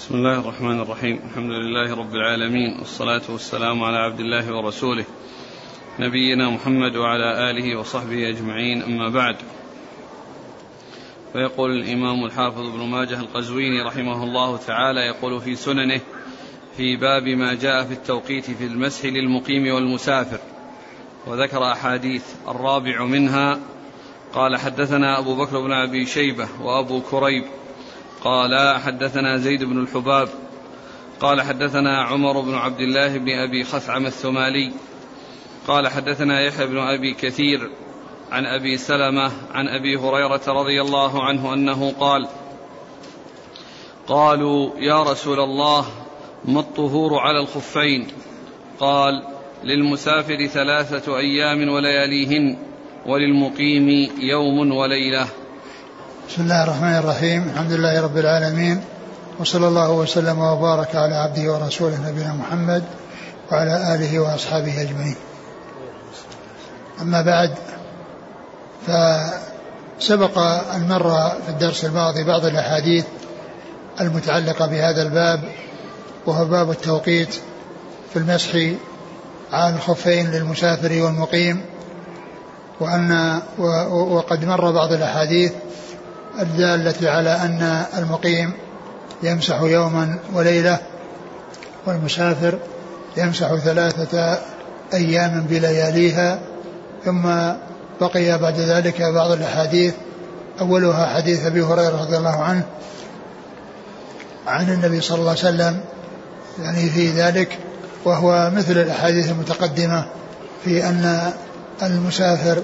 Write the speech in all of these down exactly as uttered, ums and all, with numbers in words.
بسم الله الرحمن الرحيم. الحمد لله رب العالمين، والصلاة والسلام على عبد الله ورسوله نبينا محمد وعلى آله وصحبه أجمعين، أما بعد. فيقول الإمام الحافظ ابن ماجه القزويني رحمه الله تعالى، يقول في سننه في باب ما جاء في التوقيت في المسح للمقيم والمسافر، وذكر أحاديث. الرابع منها قال حدثنا أبو بكر بن أبي شيبة وأبو كريب قال حدثنا زيد بن الحباب قال حدثنا عمر بن عبد الله بن أبي خثعم الثمالي قال حدثنا يحيى بن أبي كثير عن أبي سلمة عن أبي هريرة رضي الله عنه أنه قال: قالوا يا رسول الله ما الطهور على الخفين؟ قال: للمسافر ثلاثة أيام ولياليهن، وللمقيم يوم وليلة. بسم الله الرحمن الرحيم. الحمد لله رب العالمين، وصلى الله وسلم وبارك على عبده ورسوله نبينا محمد وعلى آله وأصحابه أجمعين. أما بعد، فسبق أن مر في الدرس الماضي بعض الأحاديث المتعلقة بهذا الباب، وهو باب التوقيت في المسح على الخفين للمسافر والمقيم، وأن وقد مر بعض الأحاديث الدالة على أن المقيم يمسح يوما وليلة، والمسافر يمسح ثلاثة أيام بلياليها. ثم بقي بعد ذلك بعض الأحاديث، أولها حديث أبي هريرة رضي الله عنه عن النبي صلى الله عليه وسلم يعني في ذلك، وهو مثل الأحاديث المتقدمة في أن المسافر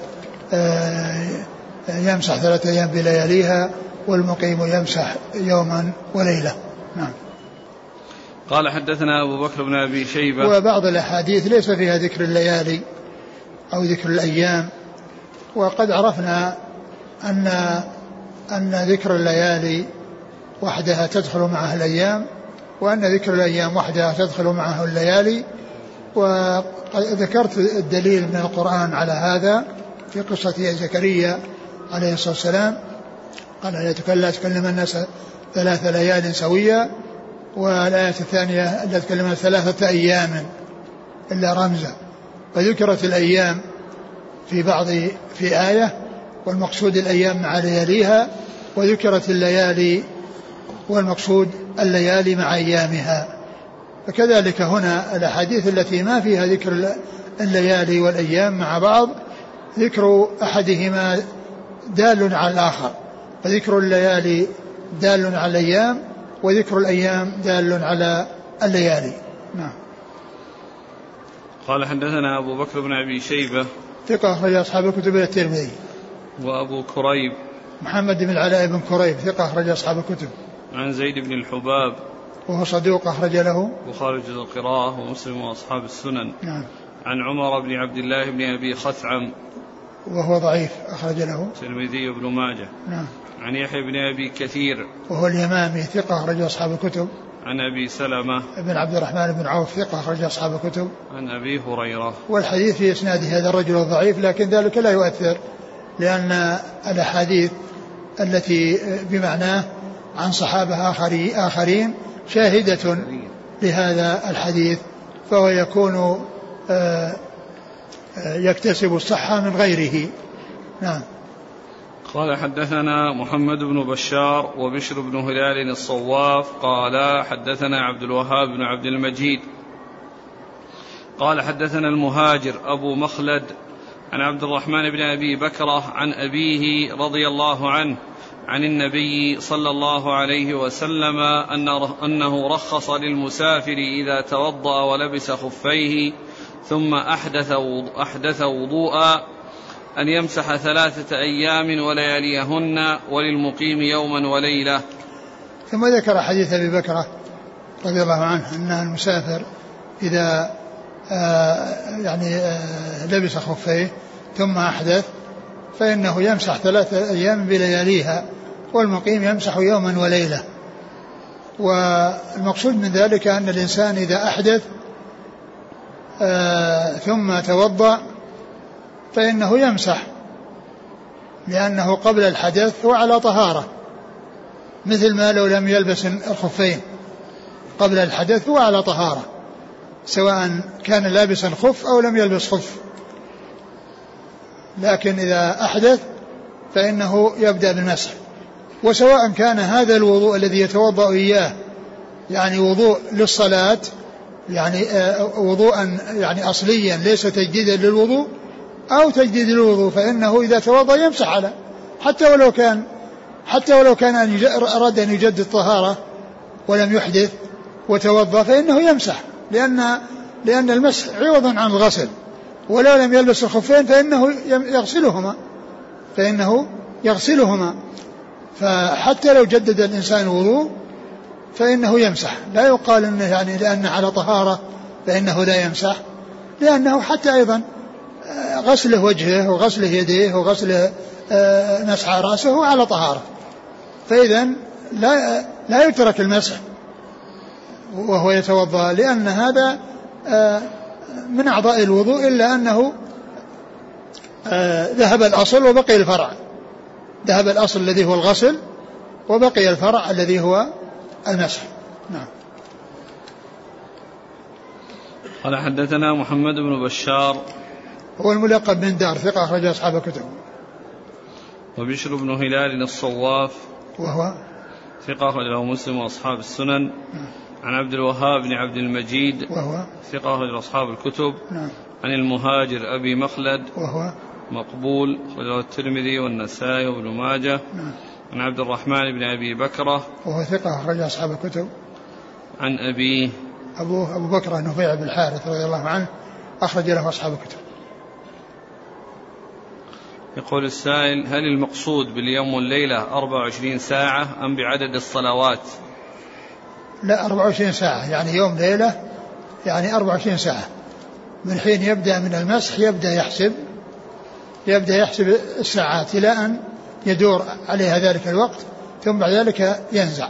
يمسح ثلاثة أيام بلياليها، والمقيم يمسح يوما وليلة. نعم. قال حدثنا أبو بكر بن أبي شيبة. وبعض الأحاديث ليس فيها ذكر الليالي أو ذكر الأيام، وقد عرفنا أن أن ذكر الليالي وحدها تدخل معها الأيام، وأن ذكر الأيام وحدها تدخل معها الليالي. وذكرت الدليل من القرآن على هذا في قصة زكريا عليه الصلاة والسلام، قال لا تكلم الناس ثلاث ليال سويا، والآية الثانية لا تكلم ثلاثة أيام إلا رمزا. فذكرت الأيام في بعض في آية، والمقصود الأيام مع لياليها، وذكرت الليالي والمقصود الليالي مع أيامها. فكذلك هنا الأحاديث التي ما فيها ذكر الليالي والأيام مع بعض، ذكر أحدهما دال على الآخر، فذكر الليالي دال على الأيام، وذكر الأيام دال على الليالي. نعم. قال حدثنا أبو بكر بن أبي شيبة ثقة أخرج أصحاب الكتب إلى الترمذي. وأبو كريب محمد بن العلاء بن كريب ثقة أخرج أصحاب الكتب. عن زيد بن الحباب وهو صدوق أخرج له وخارج القراءة ومسلم وأصحاب السنن. نعم. عن عمر بن عبد الله بن أبي خثعم وهو ضعيف أخرج له الترمذي وابن ماجه. نعم. عن يحيى بن أبي كثير وهو اليمامي ثقة أخرج أصحاب الكتب. عن أبي سلمة بن عبد الرحمن بن عوف ثقة أخرج أصحاب الكتب. عن أبي هريرة. والحديث في إسناد هذا الرجل الضعيف، لكن ذلك لا يؤثر، لأن الأحاديث التي بمعناه عن صحابة آخرين شاهدة لهذا الحديث، فهو يكون يكتسب الصحة من غيره. نعم. قال حدثنا محمد بن بشار وبشر بن هلال الصواف قال حدثنا عبد الوهاب بن عبد المجيد قال حدثنا المهاجر أبو مخلد عن عبد الرحمن بن أبي بكرة عن أبيه رضي الله عنه عن النبي صلى الله عليه وسلم أنه رخص للمسافر إذا توضأ ولبس خفيه ثم أحدث أحدث وضوءا أن يمسح ثلاثة أيام ولياليهن، وللمقيم يوما وليلة. ثم ذكر حديث أبي بكرة رضي الله عنه أن المسافر إذا آه يعني آه لبس خفيه ثم أحدث فإنه يمسح ثلاثة أيام بلياليها، والمقيم يمسح يوما وليلة. والمقصود من ذلك أن الإنسان إذا أحدث آه ثم توضأ فإنه يمسح، لأنه قبل الحدث هو على طهارة، مثل ما لو لم يلبس الخفين قبل الحدث هو على طهارة، سواء كان لابسا خف أو لم يلبس خف. لكن إذا أحدث فإنه يبدأ بالمسح، وسواء كان هذا الوضوء الذي يتوضأ إياه يعني وضوء للصلاة، يعني وضوءا يعني أصليا ليس تجديدا للوضوء، أو تجديد للوضوء، فإنه إذا توضأ يمسح على، حتى ولو كان حتى ولو كان أن أراد أن يجدد طهارة ولم يحدث وتوضأ فإنه يمسح، لأن لأن المسح عوض عن الغسل، ولو لم يلبس الخفين فإنه يغسلهما فإنه يغسلهما فحتى لو جدد الإنسان الوضوء فإنه يمسح. لا يقال إنه يعني لأن على طهارة فإنه لا يمسح، لأنه حتى أيضا غسله وجهه وغسله يديه وغسله مسح رأسه على طهارة، فإذا لا لا يترك المسح وهو يتوضأ، لأن هذا من أعضاء الوضوء، إلا أنه ذهب الأصل وبقي الفرع، ذهب الأصل الذي هو الغسل وبقي الفرع الذي هو المسح. نعم. قال حدثنا محمد بن بشار هو الملقب بن دار، ثقة أخرج أصحاب الكتب. وبشر بن هلال الصواف وهو ثقة أخرج له مسلم وأصحاب السنن. نعم. عن عبد الوهاب بن عبد المجيد وهو ثقة أخرج أصحاب الكتب. نعم. عن المهاجر أبي مخلد وهو مقبول أخرجه الترمذي والنسائي وابن ماجه. نعم. عن عبد الرحمن بن أبي بكرة وهو ثقة أخرج أصحاب الكتب. عن أبيه أبوه أبو بكر نفيع بن الحارث رضي الله عنه أخرج له أصحاب الكتب. يقول السائل: هل المقصود باليوم والليلة أربع وعشرين ساعة أم بعدد الصلوات؟ لا، أربع وعشرين ساعة، يعني يوم ليلة يعني أربع وعشرين ساعة، من حين يبدأ من المسح يبدأ يحسب يبدأ يحسب الساعات إلى أن يدور عليها ذلك الوقت، ثم بعد ذلك ينزع.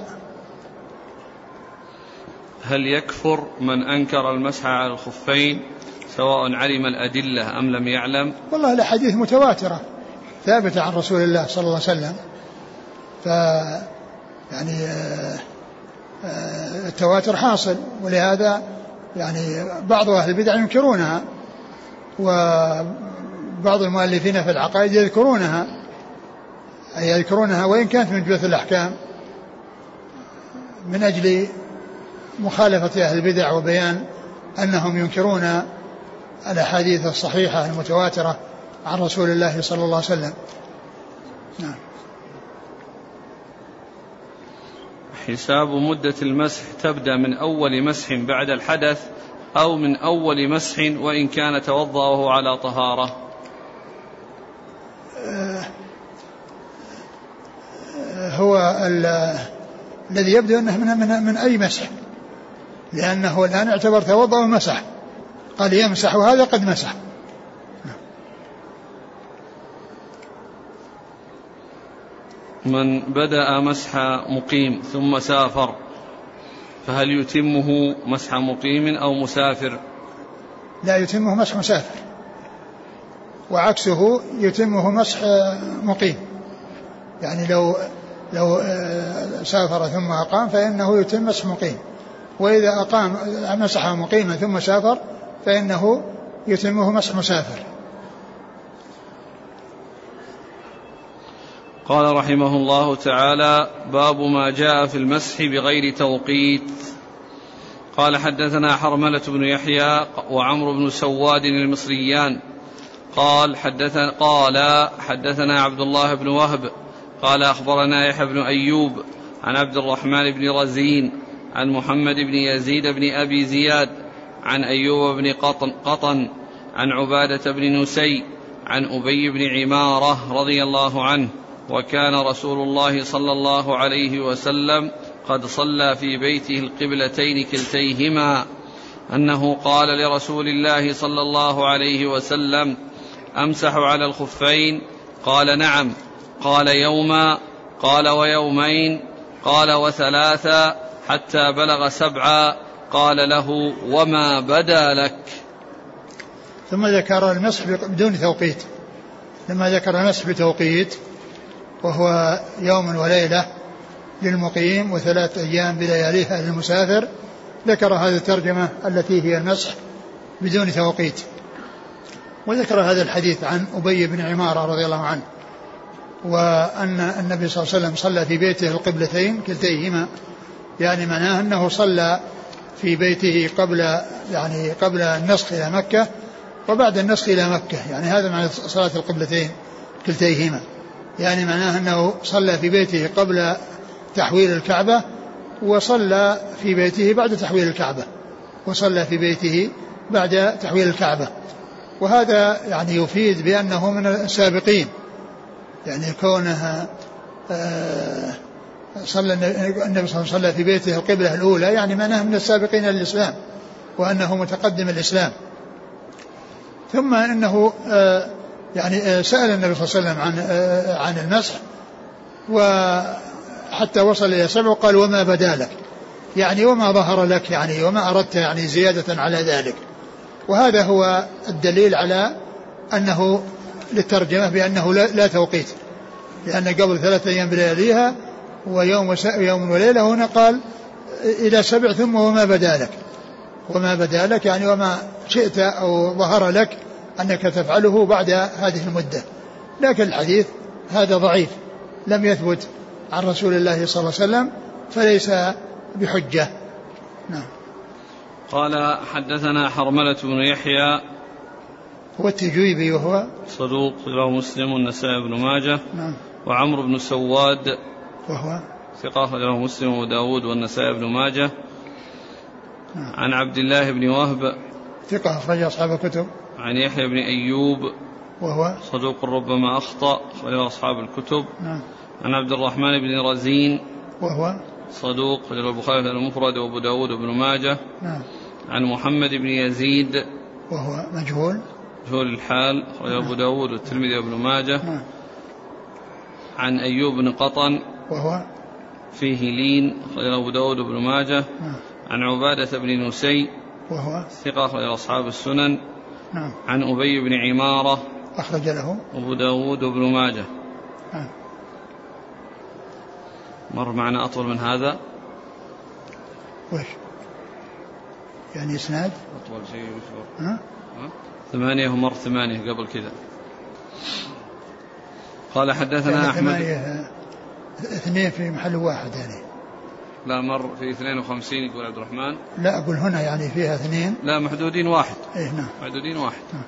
هل يكفر من أنكر المسح على الخفين سواء علم الأدلة أم لم يعلم؟ والله الأحاديث متواترة ثابتة عن رسول الله صلى الله عليه وسلم، ف يعني التواتر حاصل، ولهذا يعني بعض أهل البدع ينكرونها، وبعض المؤلفين في العقائد يذكرونها أي يذكرونها وإن كانت من جملة الأحكام، من أجل مخالفة أهل البدع وبيان أنهم ينكرون الأحاديث الصحيحة المتواترة عن رسول الله صلى الله عليه وسلم. نعم. حساب مدة المسح تبدأ من أول مسح بعد الحدث أو من أول مسح وإن كان توضأ وهو على طهارة؟ هو الذي يبدو أنه من, من, من أي مسح، لأنه الآن اعتبر توضأ ومسح، قال يمسح وهذا قد مسح. من بدأ مسح مقيم ثم سافر فهل يتمه مسح مقيم أو مسافر؟ لا، يتمه مسح مسافر، وعكسه يتمه مسح مقيم، يعني لو لو سافر ثم أقام فإنه يتم مسح مقيم، وإذا أقام مسح مقيما ثم سافر فإنه يتمه مسح مسافر. قال رحمه الله تعالى: باب ما جاء في المسح بغير توقيت. قال حدثنا حرملة بن يحيى وعمرو بن سواد المصريان قال حدثنا قال حدثنا عبد الله بن وهب قال أخبرنا يحيى بن أيوب عن عبد الرحمن بن رزين عن محمد بن يزيد بن أبي زياد عن أيوب بن قطن, قطن عن عبادة بن نسي عن أبي بن عمارة رضي الله عنه: وكان رسول الله صلى الله عليه وسلم قد صلى في بيته القبلتين كلتيهما، أنه قال لرسول الله صلى الله عليه وسلم: أمسح على الخفين؟ قال: نعم. قال: يوما؟ قال: ويومين؟ قال: وثلاثا؟ حتى بلغ سبعا. قال له: وما بدا لك؟ ثم ذكر المسح بدون توقيت، لما ذكر المسح بتوقيت وهو يوم وليلة للمقيم وثلاث أيام بلياليها للمسافر، ذكر هذه الترجمة التي هي المسح بدون توقيت. وذكر هذا الحديث عن أبي بن عمارة رضي الله عنه، وأن النبي صلى الله عليه وسلم صلى في بيته القبلتين كلتيهما، يعني معناه أنه صلى في بيته قبل يعني قبل النسخ إلى مكة وبعد النسخ إلى مكة، يعني هذا معنى صلاة القبلتين كلتيهما، يعني معناه أنه صلى في بيته قبل تحويل الكعبة وصلى في بيته بعد تحويل الكعبة وصلى في بيته بعد تحويل الكعبة. وهذا يعني يفيد بأنه من السابقين، يعني كونها آه صلى النبي صلى الله عليه وسلم صلى في بيته القبلة الأولى، يعني معناه من السابقين للإسلام وأنه متقدم الإسلام. ثم أنه آه يعني آه سأل النبي صلى الله عليه وسلم عن آه عن المسح وحتى وصل إلى سبع وقال وما بدا لك، يعني وما ظهر لك، يعني وما أردت يعني زيادة على ذلك. وهذا هو الدليل على أنه للترجمة بأنه لا, لا توقيت، لأن قبل ثلاثة أيام بلياليها ويوم يوم وليلة، هنا قال إلى سبع ثم وما بدا لك، وما بدا لك يعني وما شئت أو ظهر لك أنك تفعله بعد هذه المدة. لكن الحديث هذا ضعيف لم يثبت عن رسول الله صلى الله عليه وسلم فليس بحجة. نعم. قال حدثنا حرملة بن يحيى هو التجويبي وهو صدوق رواه مسلم والنسائي بن ماجه. نعم. وعمرو بن سواد وهو ثقة رواه مسلم وداود والنسائي بن ماجه. نعم. عن عبد الله بن وهب ثقة أخرج أصحاب الكتب. عن يحيى بن أيوب وهو صدوق ربما أخطأ أخرجه أصحاب الكتب. نعم. عن عبد الرحمن بن رزين وهو صدوق أخرجه البخاري المفرد وأبو داود وابن ماجه. نعم. عن محمد بن يزيد وهو مجهول مجهول الحال أخرجه أبو داود والترمذي وابن ماجه. نعم. عن أيوب بن قطن وهو فيه لين أخرجه أبو داود وابن ماجه. نعم. عن عبادة بن نسي وهو ثقة أخرجه أصحاب السنن. نعم. عن أبي بن عمارة أخرج له أبو داود وابن ماجه. نعم. مر معنا أطول من هذا. وش يعني إسناد أطول شيء مشهور ها؟ ها؟ ثمانية ومر ثمانية قبل كذا. قال حدثنا يعني أحمد ثمانية اثنين في محل واحد يعني. لا مر في اثنين وخمسين يقول عبد الرحمن. لا أقول هنا يعني فيها اثنين. لا محدودين واحد. إيه نعم. محدودين واحد. نعم.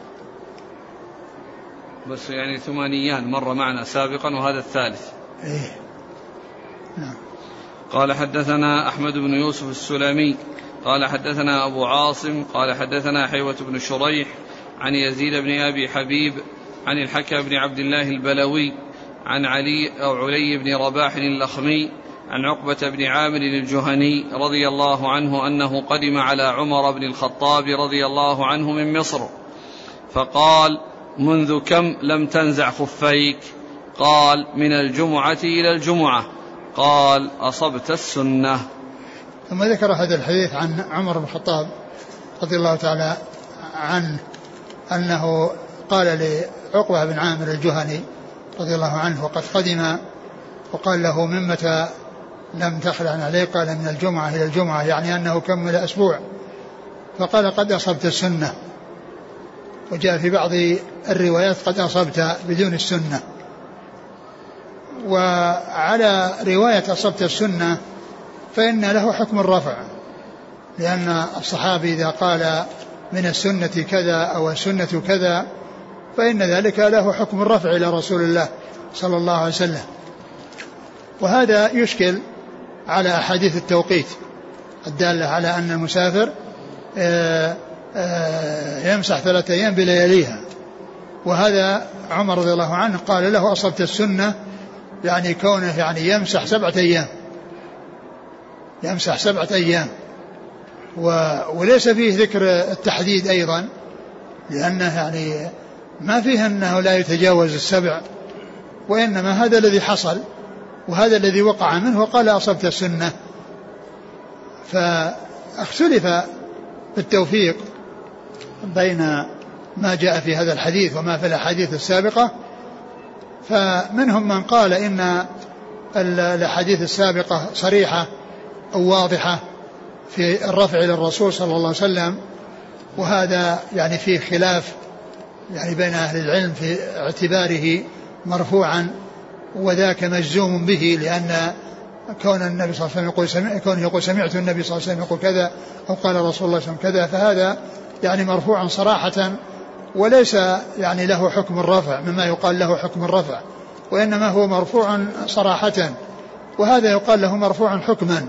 بس يعني ثمانيان مر معنا سابقا وهذا الثالث. إيه نعم. قال حدثنا أحمد بن يوسف السلمي قال حدثنا أبو عاصم قال حدثنا حيوة بن شريح عن يزيد بن أبي حبيب عن الحكم بن عبد الله البلوي عن علي أو علي بن رباح اللخمي عن عقبة بن عامر الجهني رضي الله عنه أنه قدم على عمر بن الخطاب رضي الله عنه من مصر فقال منذ كم لم تنزع خفيك؟ قال من الجمعة إلى الجمعة. قال أصبت السنة. ثم ذكر هذا الحديث عن عمر بن الخطاب رضي الله تعالى عنه أنه قال لعقبة بن عامر الجهني رضي الله عنه وقد قدم وقال له من متى لم تخلع عليك؟ قال من الجمعة إلى الجمعة، يعني أنه كمل أسبوع. فقال قد أصبت السنة. وجاء في بعض الروايات قد أصبت بدون السنة. وعلى رواية أصبت السنة فإن له حكم الرفع، لأن الصحابي إذا قال من السنة كذا أو السنة كذا فإن ذلك له حكم الرفع إلى رسول الله صلى الله عليه وسلم. وهذا يشكل على أحاديث التوقيت الدالة على أن المسافر يمسح ثلاثة أيام بلياليها. وهذا عمر رضي الله عنه قال له أصبت السنة، يعني كونه يعني يمسح سبعة أيام يمسح سبعة أيام و... وليس فيه ذكر التحديد أيضا، لأنه يعني ما فيه أنه لا يتجاوز السبع، وإنما هذا الذي حصل وهذا الذي وقع منه وقال أصبت السنة. فاختلف بالتوفيق بين ما جاء في هذا الحديث وما في الأحاديث السابقة. فمنهم من قال إن الأحاديث السابقة صريحة أو واضحة في الرفع إلى الرسول صلى الله عليه وسلم، وهذا يعني فيه خلاف يعني بين أهل العلم في اعتباره مرفوعا وذاك مجزوم به، لأن كون النبي صلى الله عليه وسلم يقول سمع كونه يقول سمعت النبي صلى الله عليه وسلم يقول كذا أو قال رسول الله صلى الله عليه وسلم كذا، فهذا يعني مرفوعا صراحة وليس يعني له حكم الرفع مما يقال له حكم الرفع، وإنما هو مرفوع صراحة، وهذا يقال له مرفوعا حكما.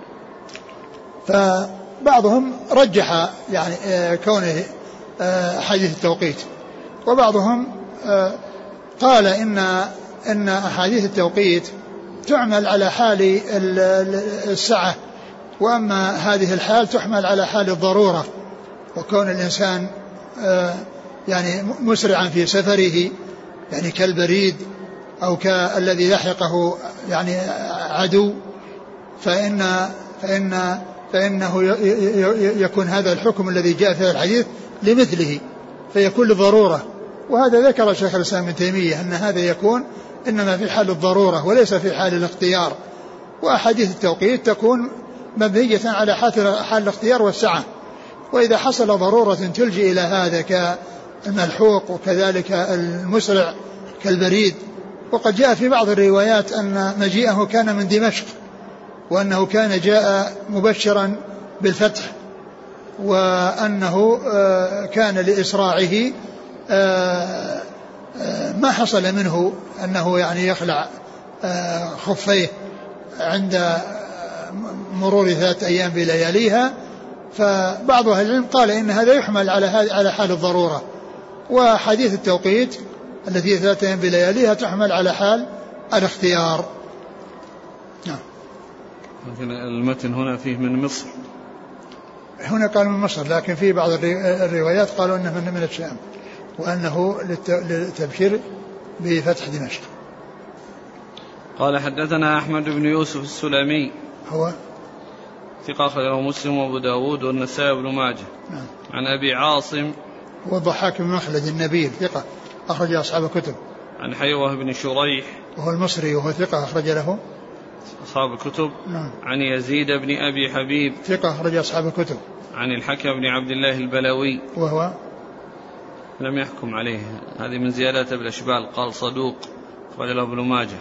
فبعضهم رجح يعني كونه أحاديث التوقيت، وبعضهم قال إن إن أحاديث التوقيت تعمل على حال السعة، وأما هذه الحال تحمل على حال الضرورة، وكون الإنسان يعني مسرعا في سفره يعني كالبريد أو كالذي يحقه يعني عدو، فإن فإن فإنه يكون هذا الحكم الذي جاء في الحديث لمثله، فيكون لضرورة. وهذا ذكر شيخ الإسلام ابن تيمية أن هذا يكون إنما في حال الضرورة وليس في حال الاختيار، وأحاديث التوقيت تكون مبنية على حال الاختيار والسعة، وإذا حصل ضرورة تلجئ إلى هذا كالملحوق وكذلك المسرع كالبريد. وقد جاء في بعض الروايات أن مجيئه كان من دمشق، وأنه كان جاء مبشرا بالفتح، وأنه كان لإسراعه ما حصل منه أنه يعني يخلع خفيه عند مرور ثلاثة أيام بلياليها. فبعض أهل العلم قال إن هذا يحمل على على حال الضرورة، وحديث التوقيت التي ثلاثة أيام بلياليها تحمل على حال الاختيار. نعم. لكن المتن هنا فيه من مصر، هنا قال من مصر، لكن في بعض الروايات قالوا أنه من الشام، وأنه للتبشير بفتح دمشق. قال حدثنا أحمد بن يوسف السلمي هو ثقة أخرجه مسلم وأبو داود والنسائي وابن ماجه. نعم. عن أبي عاصم هو الضحاك بن مخلد النبيل ثقة أخرج أصحاب الكتب. عن حيوة بن شريح وهو المصري وهو ثقة أخرج له أصحاب الكتب. نعم. عن يزيد بن أبي حبيب ثقة أخرج أصحاب الكتب. عن الحكم بن عبد الله البلوي وهو لم يحكم عليه، هذه من زيادات بالأشبال، قال صدوق أخرج له ابن ماجه.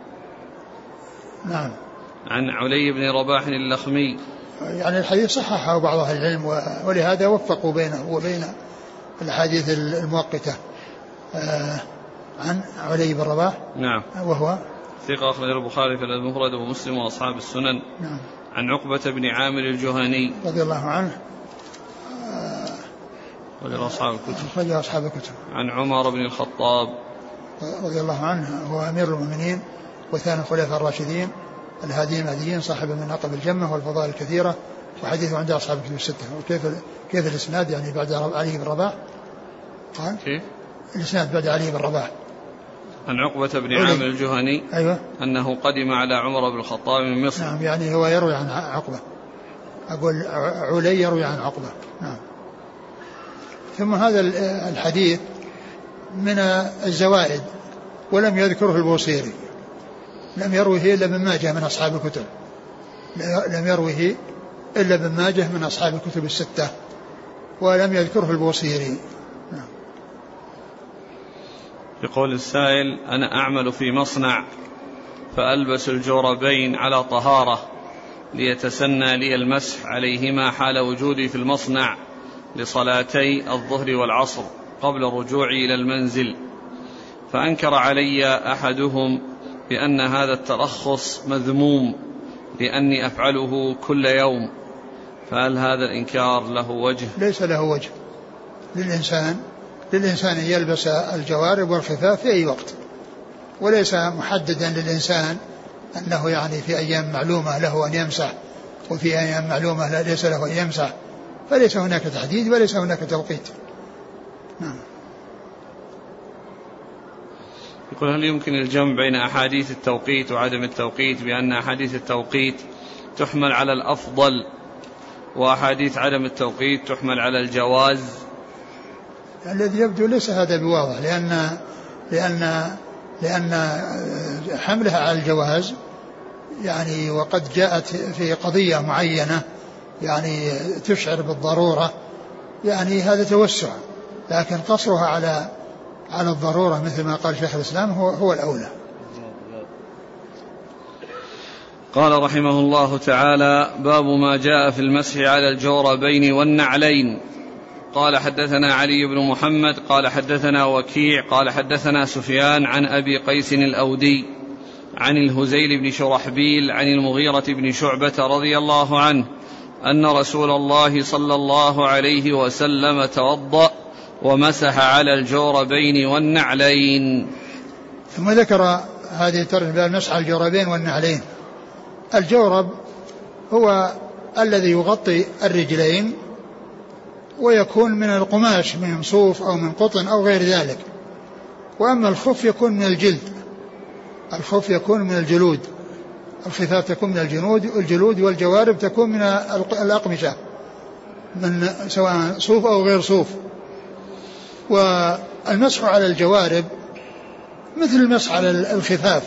نعم. عن علي بن رباح اللخمي، يعني الحديث صححه بعض أهل العلم، ولهذا وفقوا بينه وبين الحديث المؤقتة. آه عن علي بن رباح. نعم. وهو ثقة أخرج البخاري في المفرد ومسلم وأصحاب السنن. نعم. عن عقبة بن عامر الجهني رضي الله عنه رضي أصحاب الكتب. رضي أصحاب الكتب. عن عمر بن الخطاب رضي الله عنه، هو أمير المؤمنين وثاني الخلفاء الراشدين الهاديين المهديين صاحب المناقب الجمة والفضائل الكثيرة، وحديثه عند أصحاب الكتب الستة. وكيف كيف الإسناد يعني بعد علي بن رباح؟ قال كيف الإسناد بعد علي بن رباح؟ عن عقبة بن عامر الجهني أيوة. أنه قدم على عمر بن الخطاب من مصر. نعم، يعني هو يروي عن عقبة، أقول علي يروي عن عقبة. نعم. ثم هذا الحديث من الزوائد، ولم يذكره البوصيري، لم يروه إلا ابن ماجه من أصحاب الكتب، لم يروه إلا ابن ماجه من أصحاب الكتب الستة، ولم يذكره البوصيري. نعم. يقول السائل: أنا أعمل في مصنع فألبس الجوربين على طهارة ليتسنى لي المسح عليهما حال وجودي في المصنع لصلاتي الظهر والعصر قبل رجوعي إلى المنزل، فأنكر علي أحدهم بأن هذا الترخص مذموم لأني أفعله كل يوم، فهل هذا الإنكار له وجه؟ ليس له وجه. للإنسان للإنسان يلبس الجوارب والخفاف في أي وقت، وليس محددا للإنسان أنه يعني في أيام معلومة له أن يمسح وفي أيام معلومة ليس له أن يمسح، فليس هناك تحديد وليس هناك توقيت. نعم. يقول: هل يمكن الجمع بين أحاديث التوقيت وعدم التوقيت، بأن أحاديث التوقيت تحمل على الأفضل وأحاديث عدم التوقيت تحمل على الجواز؟ الذي يبدو ليس هذا بواضح، لأن لأن لأن حملها على الجواز يعني وقد جاءت في قضية معينة يعني تشعر بالضرورة، يعني هذا توسع، لكن قصرها على على الضرورة مثل ما قال شيخ الإسلام هو, هو الأولى. قال رحمه الله تعالى: باب ما جاء في المسح على الجوربين والنعلين. قال حدثنا علي بن محمد قال حدثنا وكيع قال حدثنا سفيان عن أبي قيس الأودي عن الهزيل بن شرحبيل عن المغيرة بن شعبة رضي الله عنه أن رسول الله صلى الله عليه وسلم توضأ ومسح على الجوربين والنعلين. ثم ذكر هذه الترجمة المسح على الجوربين والنعلين. الجورب هو الذي يغطي الرجلين ويكون من القماش من صوف أو من قطن أو غير ذلك، وأما الخف يكون من الجلد، الخف يكون من الجلود، الخفاف تكون من الجنود الجلود والجوارب تكون من الأقمشة من سواء صوف أو غير صوف. والمسح على الجوارب مثل المسح على الخفاف،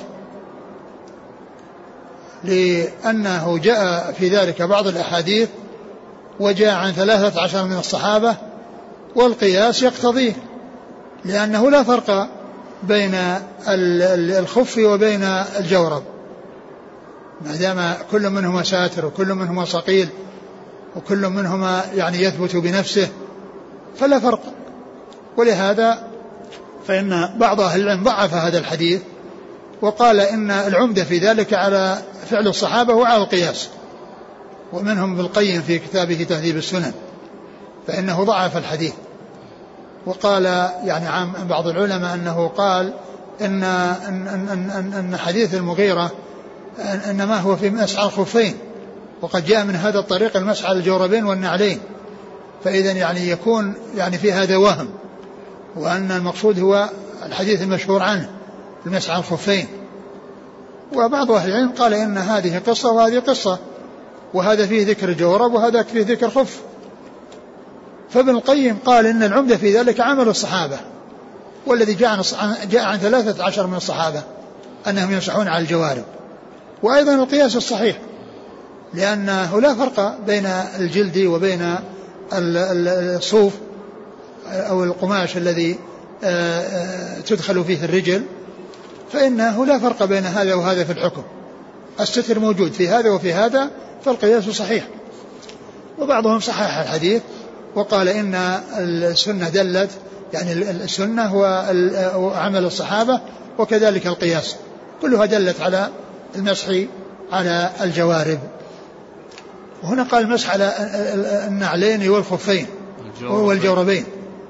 لأنه جاء في ذلك بعض الأحاديث وجاء عن ثلاثة عشر من الصحابة، والقياس يقتضيه، لأنه لا فرق بين الخف وبين الجورب ما دام كل منهما ساتر وكل منهما صقيل وكل منهما يعني يثبت بنفسه فلا فرق. ولهذا فإن بعض أهل العلم ضعف هذا الحديث وقال إن العمدة في ذلك على فعل الصحابة وعلى القياس، ومنهم ابن القيم في كتابه تهذيب السنن فإنه ضعف الحديث، وقال يعني عن بعض العلماء أنه قال إن, إن, إن, إن, إن حديث المغيرة إنما هو في مسح الخفين، وقد جاء من هذا الطريق المسح على الجوربين والنعلين، فإذا يعني يكون يعني في هذا وهم، وأن المقصود هو الحديث المشهور عنه المسح على الخفين. وبعض أهل العلم قال إن هذه قصة وهذه قصة، وهذا فيه ذكر الجورب وهذا فيه ذكر خف. فابن القيم قال إن العمدة في ذلك عمل الصحابة، والذي جاء عن, جاء عن ثلاثة عشر من الصحابة أنهم يمسحون على الجوارب. وأيضا القياس الصحيح، لأنه لا فرق بين الجلد وبين الصوف أو القماش الذي تدخل فيه الرجل، فإنه لا فرق بين هذا وهذا في الحكم، الستر موجود في هذا وفي هذا، فالقياس صحيح. وبعضهم صحح الحديث وقال إن السنة دلت، يعني السنة هو عمل الصحابة وكذلك القياس كلها دلت على المسح على الجوارب. وهنا قال المسح على النعلين والخفين والجوربين.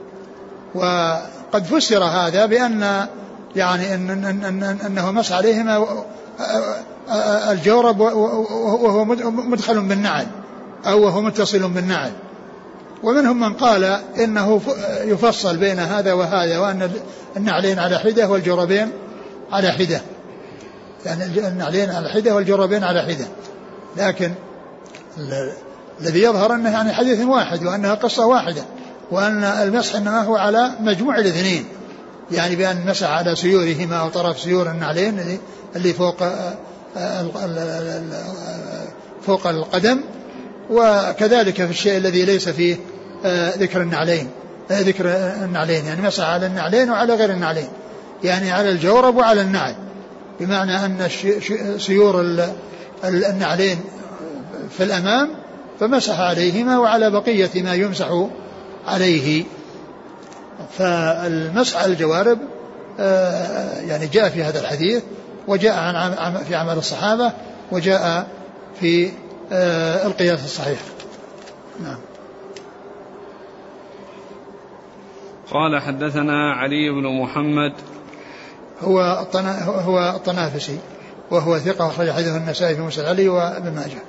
وقد فسر هذا بأن يعني إن إن إن أنه مسح عليهما الجورب وهو مدخل بالنعل أو وهو متصل بالنعل. ومنهم من قال إنه يفصل بين هذا وهذا، وأن النعلين على حدة والجوربين على حدة، يعني النعلين على حدة والجوربين على حدة، لكن الذي يظهر أنه يعني حديث واحد وأنها قصة واحدة، وأن المسح إنما هو على مجموع الاثنين، يعني بأن مسح على سيورهما أو طرف سيور النعلين اللي فوق فوق القدم، وكذلك في الشيء الذي ليس فيه ذكر النعلين ذكر النعلين يعني مسح على النعلين وعلى غير النعلين، يعني على الجورب وعلى النعل، بمعنى أن سيور النعلين في الأمام فمسح عليهما وعلى بقية ما يمسح عليه. فالمسح على الجوارب يعني جاء في هذا الحديث، وجاء عن في عمل الصحابة، وجاء في القياس الصحيح. نعم. قال حدثنا علي بن محمد هو هو الطنافسي وهو ثقة أخرج حديثه النسائي في مسند علي وابن ماجه.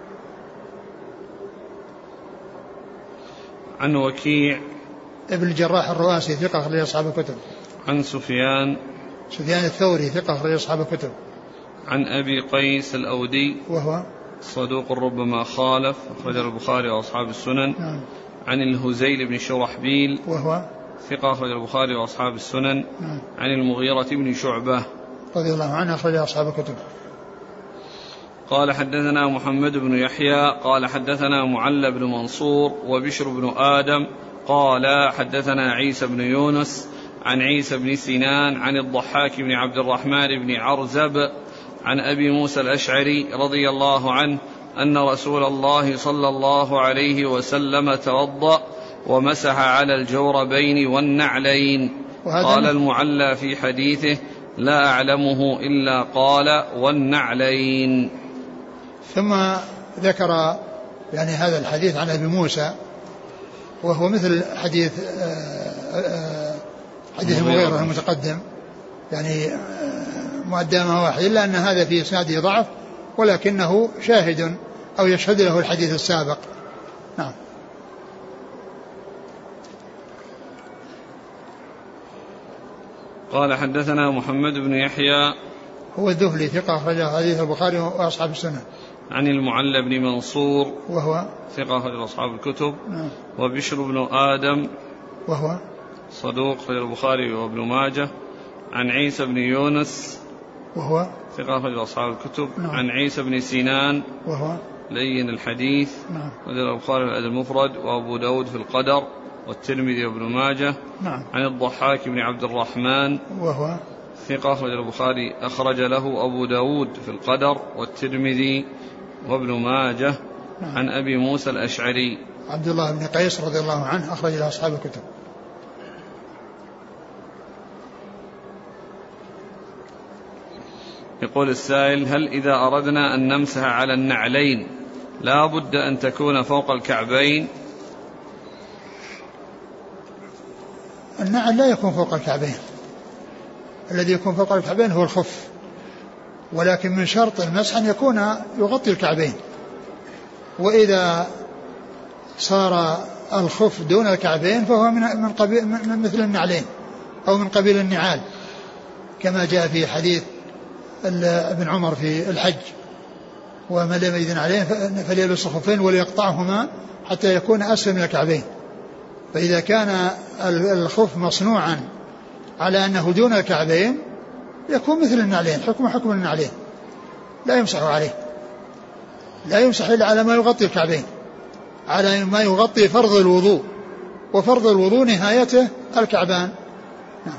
عن وكيع ابن الجراح الرؤاسي ثقة أخرج أصحاب الكتب. عن سفيان سفيان الثوري ثقة أخرج أصحاب الكتب. عن أبي قيس الأودي وهو صدوق ربما خالف أخرج البخاري وأصحاب السنن. نعم. عن الهزيل بن شرحبيل وهو ثقة أخرج البخاري وأصحاب السنن. نعم. عن المغيرة بن شعبة رضي الله عنه أخرج أصحاب الكتب. قال حدثنا محمد بن يحيى قال حدثنا معل بن منصور وبشر بن آدم قال حدثنا عيسى بن يونس عن عيسى بن سنان عن الضحاك بن عبد الرحمن بن عرزب عن أبي موسى الأشعري رضي الله عنه أن رسول الله صلى الله عليه وسلم توضأ ومسح على الجوربين والنعلين. قال المعلى في حديثه لا أعلمه إلا قال والنعلين. ثم ذكر يعني هذا الحديث عن أبي موسى وهو مثل حديث حديث المغيرة المتقدم يعني مقدمة واحد، إلا أن هذا في إسناده ضعف ولكنه شاهد أو يشهد له الحديث السابق. نعم. قال حدثنا محمد بن يحيى هو الذهلي ثقة أخرجه حديث البخاري وأصحاب السنة. عن المعلى بن منصور وهو ثقة أخرج أصحاب الكتب. نعم. وبشر بن آدم وهو صدوق أخرج البخاري وابن ماجه. عن عيسى بن يونس وهو ثقة أخرج أصحاب الكتب. نعم. عن عيسى بن سنان وهو لين الحديث. نعم. أخرج البخاري في الأدب المفرد وأبو داود في القدر والترمذي وابن ماجه. نعم. عن الضحاك بن عبد الرحمن وهو ثقة أخرج البخاري أخرج له أبو داود في القدر والترمذي وابن ماجه. نعم. عن أبي موسى الأشعري عبد الله بن قيس رضي الله عنه أخرج له أصحاب الكتب. يقول السائل هل إذا أردنا أن نمسح على النعلين لا بد أن تكون فوق الكعبين؟ النعل لا يكون فوق الكعبين، الذي يكون فوق الكعبين هو الخف، ولكن من شرط المسح أن يكون يغطي الكعبين، وإذا صار الخف دون الكعبين فهو من قبيل من مثل النعلين أو من قبيل النعال، كما جاء في حديث ابن عمر في الحج ومن لم يجد عليه فليلبس الخفين وليقطعهما حتى يكون أسفل من الكعبين. فإذا كان الخف مصنوعا على أنه دون الكعبين يكون مثل النعلين، حكم حكم النعلين، لا يمسح عليه، لا يمسح إلا على ما يغطي الكعبين، على ما يغطي فرض الوضوء، وفرض الوضوء نهايته الكعبان. نعم.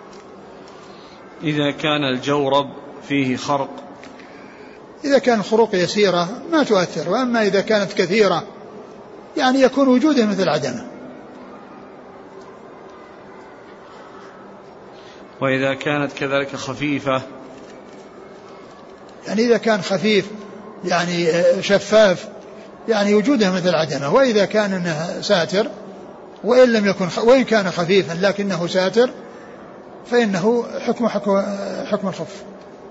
إذا كان الجورب فيه خرق، إذا كان الخروق يسيرة ما تؤثر، وأما إذا كانت كثيرة يعني يكون وجوده مثل عدمه. وإذا كانت كذلك خفيفة، يعني إذا كان خفيف يعني شفاف يعني وجوده مثل عدمه. وإذا كان إنه ساتر وإن لم يكن وإن كان خفيفا لكنه ساتر فإنه حكم حكم حكم الخف.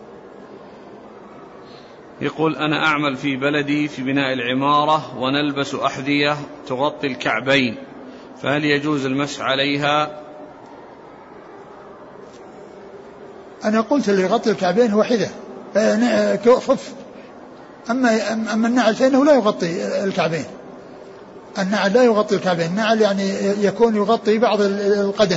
يقول أنا أعمل في بلدي في بناء العمارة ونلبس أحذية تغطي الكعبين، فهل يجوز المسح عليها؟ أنا قلت اللي يغطي الكعبين هو حذاء خف، أما أما النعل فإنه لا يغطي الكعبين، النعل لا يغطي الكعبين، النعل يعني يكون يغطي بعض القدم،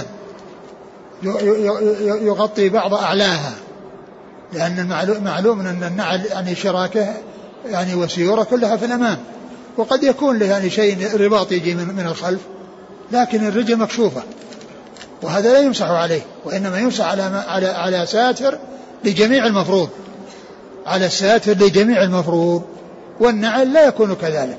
يغطي بعض أعلاها، لأن معلوم أن النعل يعني شراكة يعني وسيورة كلها في الأمام، وقد يكون له يعني شيء رباط يجي من, من الخلف، لكن الرجل مكشوفة وهذا لا يمسح عليه، وإنما يمسح على على على ساتر لجميع المفروض، على الساتر لجميع المفروض، والنعل لا يكون كذلك.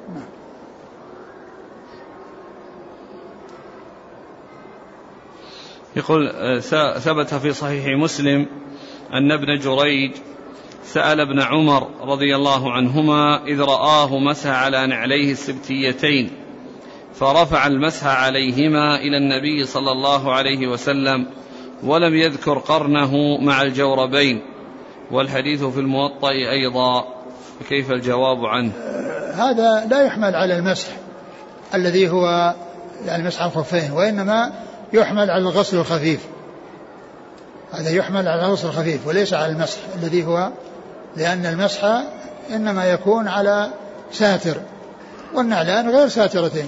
يقول ثبت في صحيح مسلم أن ابن جريج سأل ابن عمر رضي الله عنهما إذ رآه مسح على نعليه السبتيتين فرفع المسح عليهما إلى النبي صلى الله عليه وسلم ولم يذكر قرنه مع الجوربين، والحديث في الموطأ أيضا، فكيف الجواب عنه؟ هذا لا يحمل على المسح الذي هو يعني مسح الخفين، وإنما يحمل على الغسل الخفيف، هذا يحمل على الغسل الخفيف وليس على المسح الذي هو، لأن المسح إنما يكون على ساتر والنعلان غير ساترتين.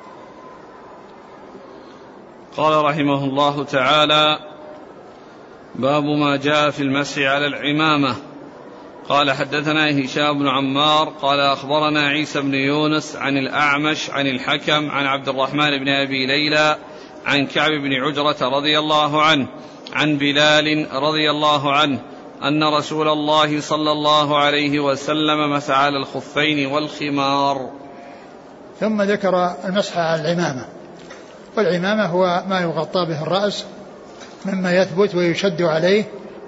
قال رحمه الله تعالى: باب ما جاء في المسح على العمامة. قال حدثنا هشام بن عمار قال أخبرنا عيسى بن يونس عن الأعمش عن الحكم عن عبد الرحمن بن أبي ليلى عن كعب بن عجرة رضي الله عنه عن بلال رضي الله عنه أن رسول الله صلى الله عليه وسلم مسح على الخفين والخمار. ثم ذكر المسح على العمامة. والعمامة هو ما يغطى به الرأس مما يثبت ويشد عليه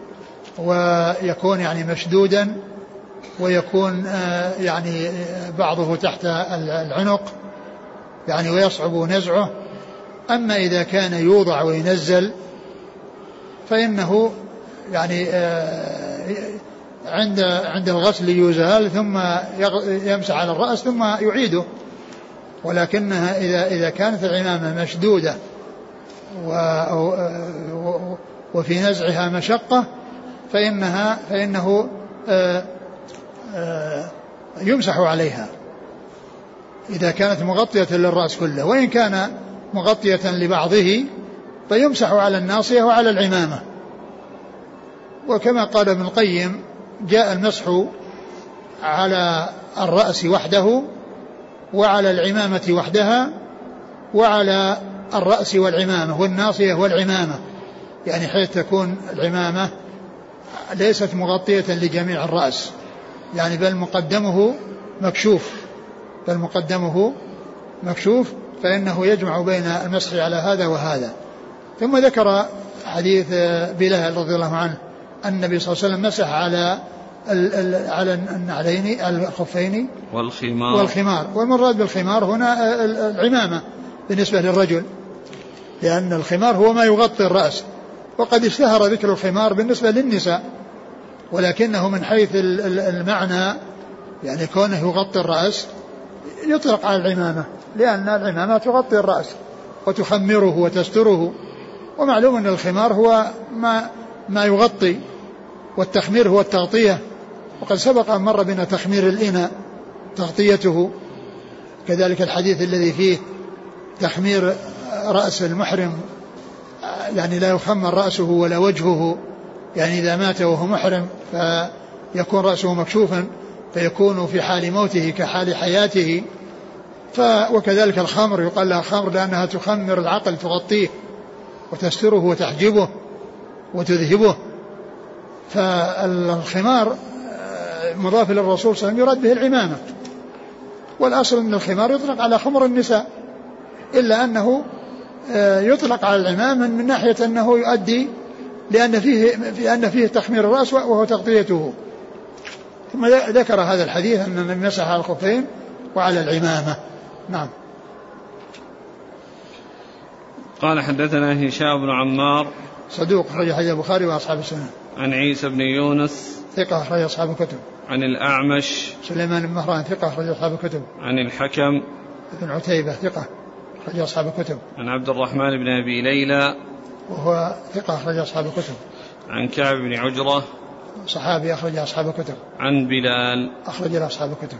ويكون يعني مشدودا ويكون يعني بعضه تحت العنق يعني ويصعب نزعه. أما إذا كان يوضع وينزل فإنه يعني عند عند الغسل يزال ثم يمسح على الرأس ثم يعيده. ولكنها إذا إذا كانت العمامة مشدودة وفي نزعها مشقة فإنها فإنه يمسح عليها إذا كانت مغطية للرأس كله. وإن كان مغطية لبعضه فيمسح على الناصية وعلى العمامة. وكما قال ابن القيم جاء المسح على الرأس وحده وعلى العمامة وحدها وعلى الرأس والعمامة والناصية والعمامة، يعني حيث تكون العمامة ليست مغطية لجميع الرأس يعني بل مقدمه مكشوف بل مقدمه مكشوف فإنه يجمع بين المسح على هذا وهذا. ثم ذكر حديث بلال رضي الله عنه أن النبي صلى الله عليه وسلم مسح على على النعلين الخفين والخمار والخمار والمراد بالخمار هنا العمامة بالنسبة للرجل، لأن الخمار هو ما يغطي الرأس. وقد اشتهر ذكر الخمار بالنسبة للنساء ولكنه من حيث المعنى يعني كونه يغطي الرأس يطلق على العمامة، لأن العمامة تغطي الرأس وتخمره وتستره. ومعلوم أن الخمار هو ما ما يغطي والتخمير هو التغطية. وقد سبق أن مر بنا تخمير الإناء تغطيته، كذلك الحديث الذي فيه تخمير رأس المحرم يعني لا يخمر رأسه ولا وجهه، يعني إذا مات وهو محرم فيكون رأسه مكشوفا فيكون في حال موته كحال حياته. وكذلك الخمر يقال لها خمر لأنها تخمر العقل تغطيه وتستره وتحجبه وتذهبه. فالخمار مضاف للرسول صلى الله عليه وسلم يراد به العمامة، والأصل أن الخمار يطلق على خمر النساء، إلا أنه يطلق على العمامة من ناحية أنه يؤدي لأن فيه, في أن فيه تخمير الرأس وهو تغطيته. ثم ذكر هذا الحديث أن من مسح على الخفين وعلى العمامة. نعم. قال حدثنا هشام بن عمار صدوق أخرج حديث البخاري وأصحاب السنن. عن عيسى بن يونس ثقة أخرج أصحاب الكتب. عن الأعمش سليمان بن مهران ثقة أخرج أصحاب الكتب. عن الحكم بن عتيبة ثقة أخرج أصحاب الكتب. عن عبد الرحمن بن أبي ليلى وهو ثقة أخرج أصحاب الكتب. عن كعب بن عجرة صحابي أخرج أصحاب الكتب. عن بلال أخرج أصحاب الكتب.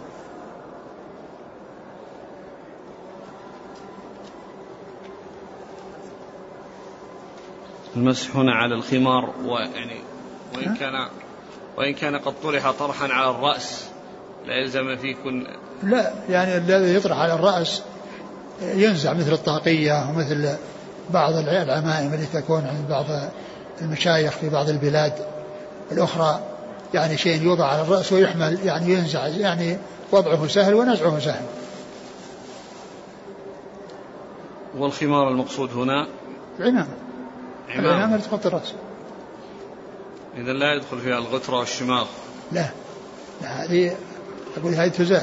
المسح هنا على الخمار ويعني وإن كان وإن كان قد طرح طرحا على الرأس لا يلزم فيه كل لا يعني الذي يطرح على الرأس ينزع مثل الطاقية ومثل بعض العمائم التي تكون عند بعض المشايخ في بعض البلاد الأخرى، يعني شيء يوضع على الرأس ويحمل يعني ينزع، يعني وضعه سهل ونزعه سهل. والخمار المقصود هنا العمامة العمامة تغطي الرأس. إذا لا يدخل فيها الغترة والشماغ. لا لا هذه أقول هذه تزال.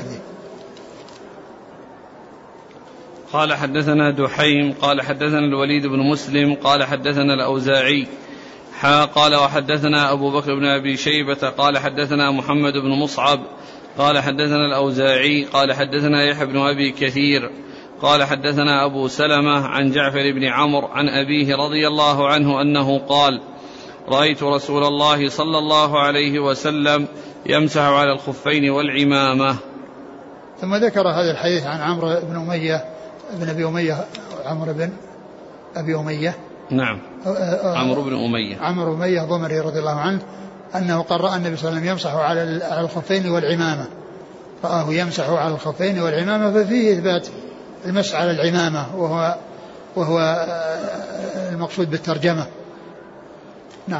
قال حدثنا دحيم قال حدثنا الوليد بن مسلم قال حدثنا الأوزاعي حا قال وحدثنا أبو بكر بن أبي شيبة قال حدثنا محمد بن مصعب قال حدثنا الأوزاعي قال حدثنا يحيى بن أبي كثير قال حدثنا أبو سلمة عن جعفر بن عمرو عن أبيه رضي الله عنه أنه قال رأيت رسول الله صلى الله عليه وسلم يمسح على الخفين والعمامة. ثم ذكر هذا الحديث عن عمرو بن أمية بن أبي أمية عمرو بن أبي أمية نعم. عمرو بن أمية عمرو بن أمية ضمري رضي الله عنه أنه قال رأى النبي صلى الله عليه وسلم يمسح على الخفين والعمامة، رآه يمسح على الخفين والعمامة، ففيه إثبات المسح على العمامة وهو وهو المقصود بالترجمة. نعم.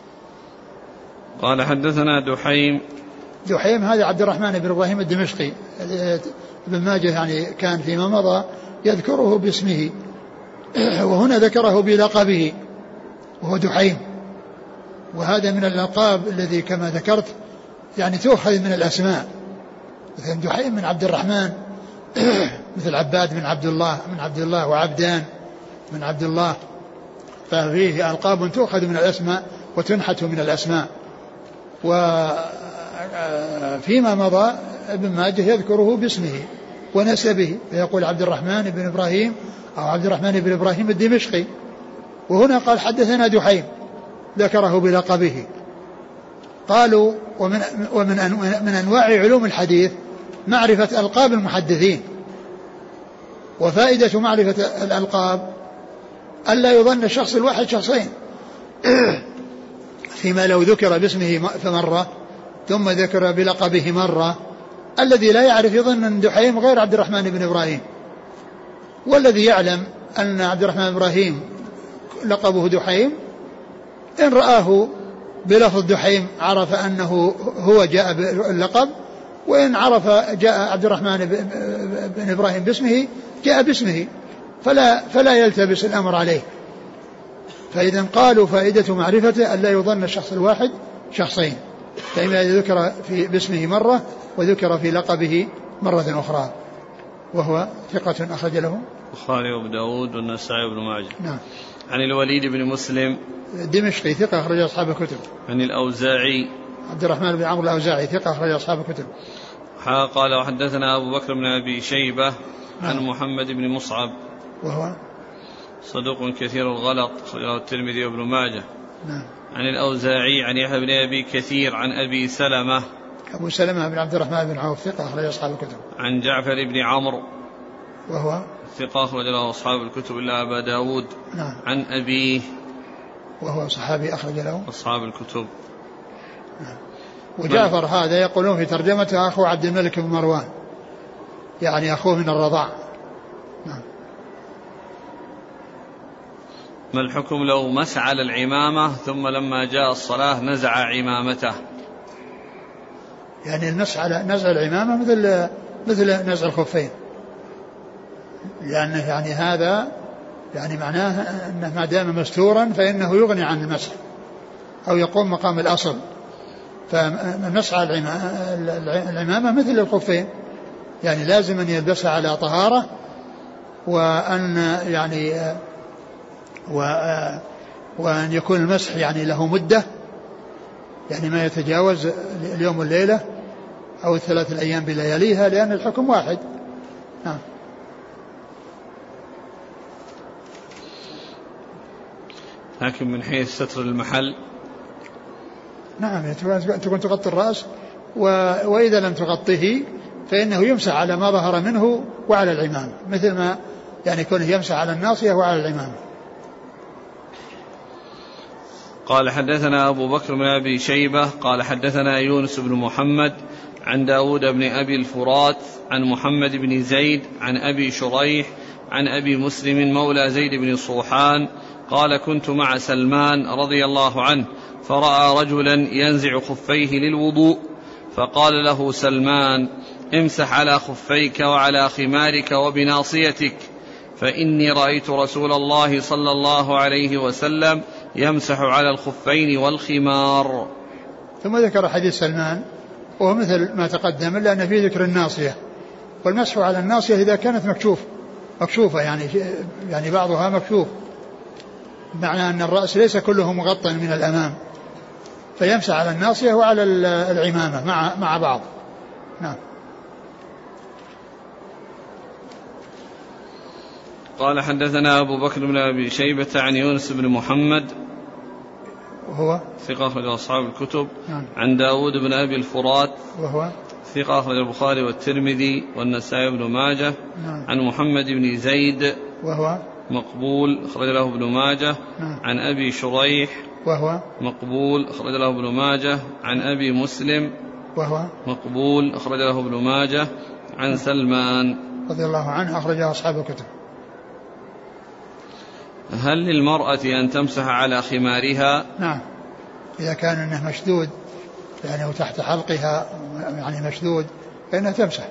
قال حدثنا دحيم. دحيم هذا عبد الرحمن بن إبراهيم الدمشقي، ابن ماجه يعني كان فيما مضى يذكره باسمه، وهنا ذكره بلقبه وهو دحيم، وهذا من الألقاب الذي كما ذكرت يعني تؤخذ من الأسماء، مثل دحيم من عبد الرحمن مثل عباد من عبد الله من عبد الله وعبدان من عبد الله، ففيه ألقاب تؤخذ من الأسماء وتنحت من الأسماء. وفيما مضى ابن ماجه يذكره باسمه ونسبه، فيقول عبد الرحمن بن إبراهيم أو عبد الرحمن بن إبراهيم الدمشقي، وهنا قال حدثنا دحيم ذكره بلقبه. قالوا ومن, ومن من أنواع علوم الحديث معرفة ألقاب المحدثين، وفائدة معرفة الألقاب ألا يظن الشخص الواحد شخصين فيما لو ذكر باسمه فمرة ثم ذكر بلقبه مرة، الذي لا يعرف يظن أن دحيم غير عبد الرحمن بن إبراهيم، والذي يعلم أن عبد الرحمن بن إبراهيم لقبه دحيم إن رآه بلفظ دحيم عرف أنه هو جاء باللقب، وإن عرف جاء عبد الرحمن بن إبراهيم باسمه جاء باسمه، فلا, فلا يلتبس الأمر عليه. فإذا قالوا فائدة معرفته أن لا يظن الشخص الواحد شخصين، فإما ذكر في باسمه مرة وذكر في لقبه مرة أخرى. وهو ثقة أخرج له البخاري وابو داود والنسائي وابن ماجه. نعم. عن الوليد بن مسلم دمشقي ثقة أخرج أصحاب الكتب. عن الأوزاعي عبد الرحمن بن عمرو الأوزاعي ثقة أخرج أصحاب الكتب. قال وحدثنا أبو بكر بن أبي شيبة عن نعم. محمد بن مصعب وهو صدوق كثير الغلط أخرجه الترمذي وابن ماجه. نعم. عن الأوزاعي عن يحيى بن أبي كثير عن أبي سلمة أبو سلمة بن عبد الرحمن بن عوف ثقة أخرج أصحاب الكتب. عن جعفر بن عمرو وهو ثقة أخرج له أصحاب الكتب إلا أبا داود. نعم. عن أبيه وهو صحابي أخرج له أصحاب الكتب. نعم. وجعفر هذا يقولون في ترجمته أخو عبد الملك بن مروان، يعني أخوه من الرضاع. نعم. ما الحكم لو مسح على العمامة ثم لما جاء الصلاة نزع عمامته؟ يعني المسح على نزع العمامة مثل مثل نزع الخفين، لأنه يعني هذا يعني معناه أنه ما دام مستورا فإنه يغني عن المسح أو يقوم مقام الأصل. فالمسح على العمامة مثل الخفين، يعني لازم أن يلبسها على طهارة، وأن يعني وأن يكون المسح يعني له مدة، يعني ما يتجاوز اليوم والليلة أو الثلاث الأيام بلياليها، لأن الحكم واحد. نعم. لكن من حيث ستر المحل نعم تكون تغطي الرأس، وإذا لم تغطيه فإنه يمسح على ما ظهر منه وعلى العمامة، مثل ما يعني يكون يمسح على الناصية وعلى العمامة. قال حدثنا أبو بكر بن أبي شيبة قال حدثنا يونس بن محمد عن داود بن أبي الفرات عن محمد بن زيد عن أبي شريح عن أبي مسلم مولى زيد بن صوحان قال كنت مع سلمان رضي الله عنه فرأى رجلا ينزع خفيه للوضوء، فقال له سلمان امسح على خفيك وعلى خمارك وبناصيتك، فإني رأيت رسول الله صلى الله عليه وسلم يمسح على الخفين والخمار. ثم ذكر حديث سلمان وهو مثل ما تقدم، إلا أن فيه ذكر الناصية، والمسح على الناصية إذا كانت مكشوف مكشوفة يعني يعني بعضها مكشوف، معنى أن الرأس ليس كله مغطى من الأمام، فيمسح على الناصية وعلى العمامة مع مع بعض. نعم. قال حدثنا أبو بكر بن أبي شيبة عن يونس بن محمد وهو ثقة أخرج أصحاب الكتب. نعم. عن داود بن أبي الفرات وهو ثقة أخرج البخاري والترمذي والنسائي بن ماجه. نعم. عن محمد بن زيد وهو مقبول أخرج له ابن ماجه. نعم. عن أبي شريح وهو مقبول أخرج له ابن ماجه. عن أبي مسلم وهو مقبول أخرج له ابن ماجه. عن سلمان رضي الله عنه أخرجه أصحاب الكتب. هل للمرأة أن تمسح على خمارها؟ نعم إذا كان أنه مشدود يعني وتحت حلقها يعني مشدود فإنها تمسح.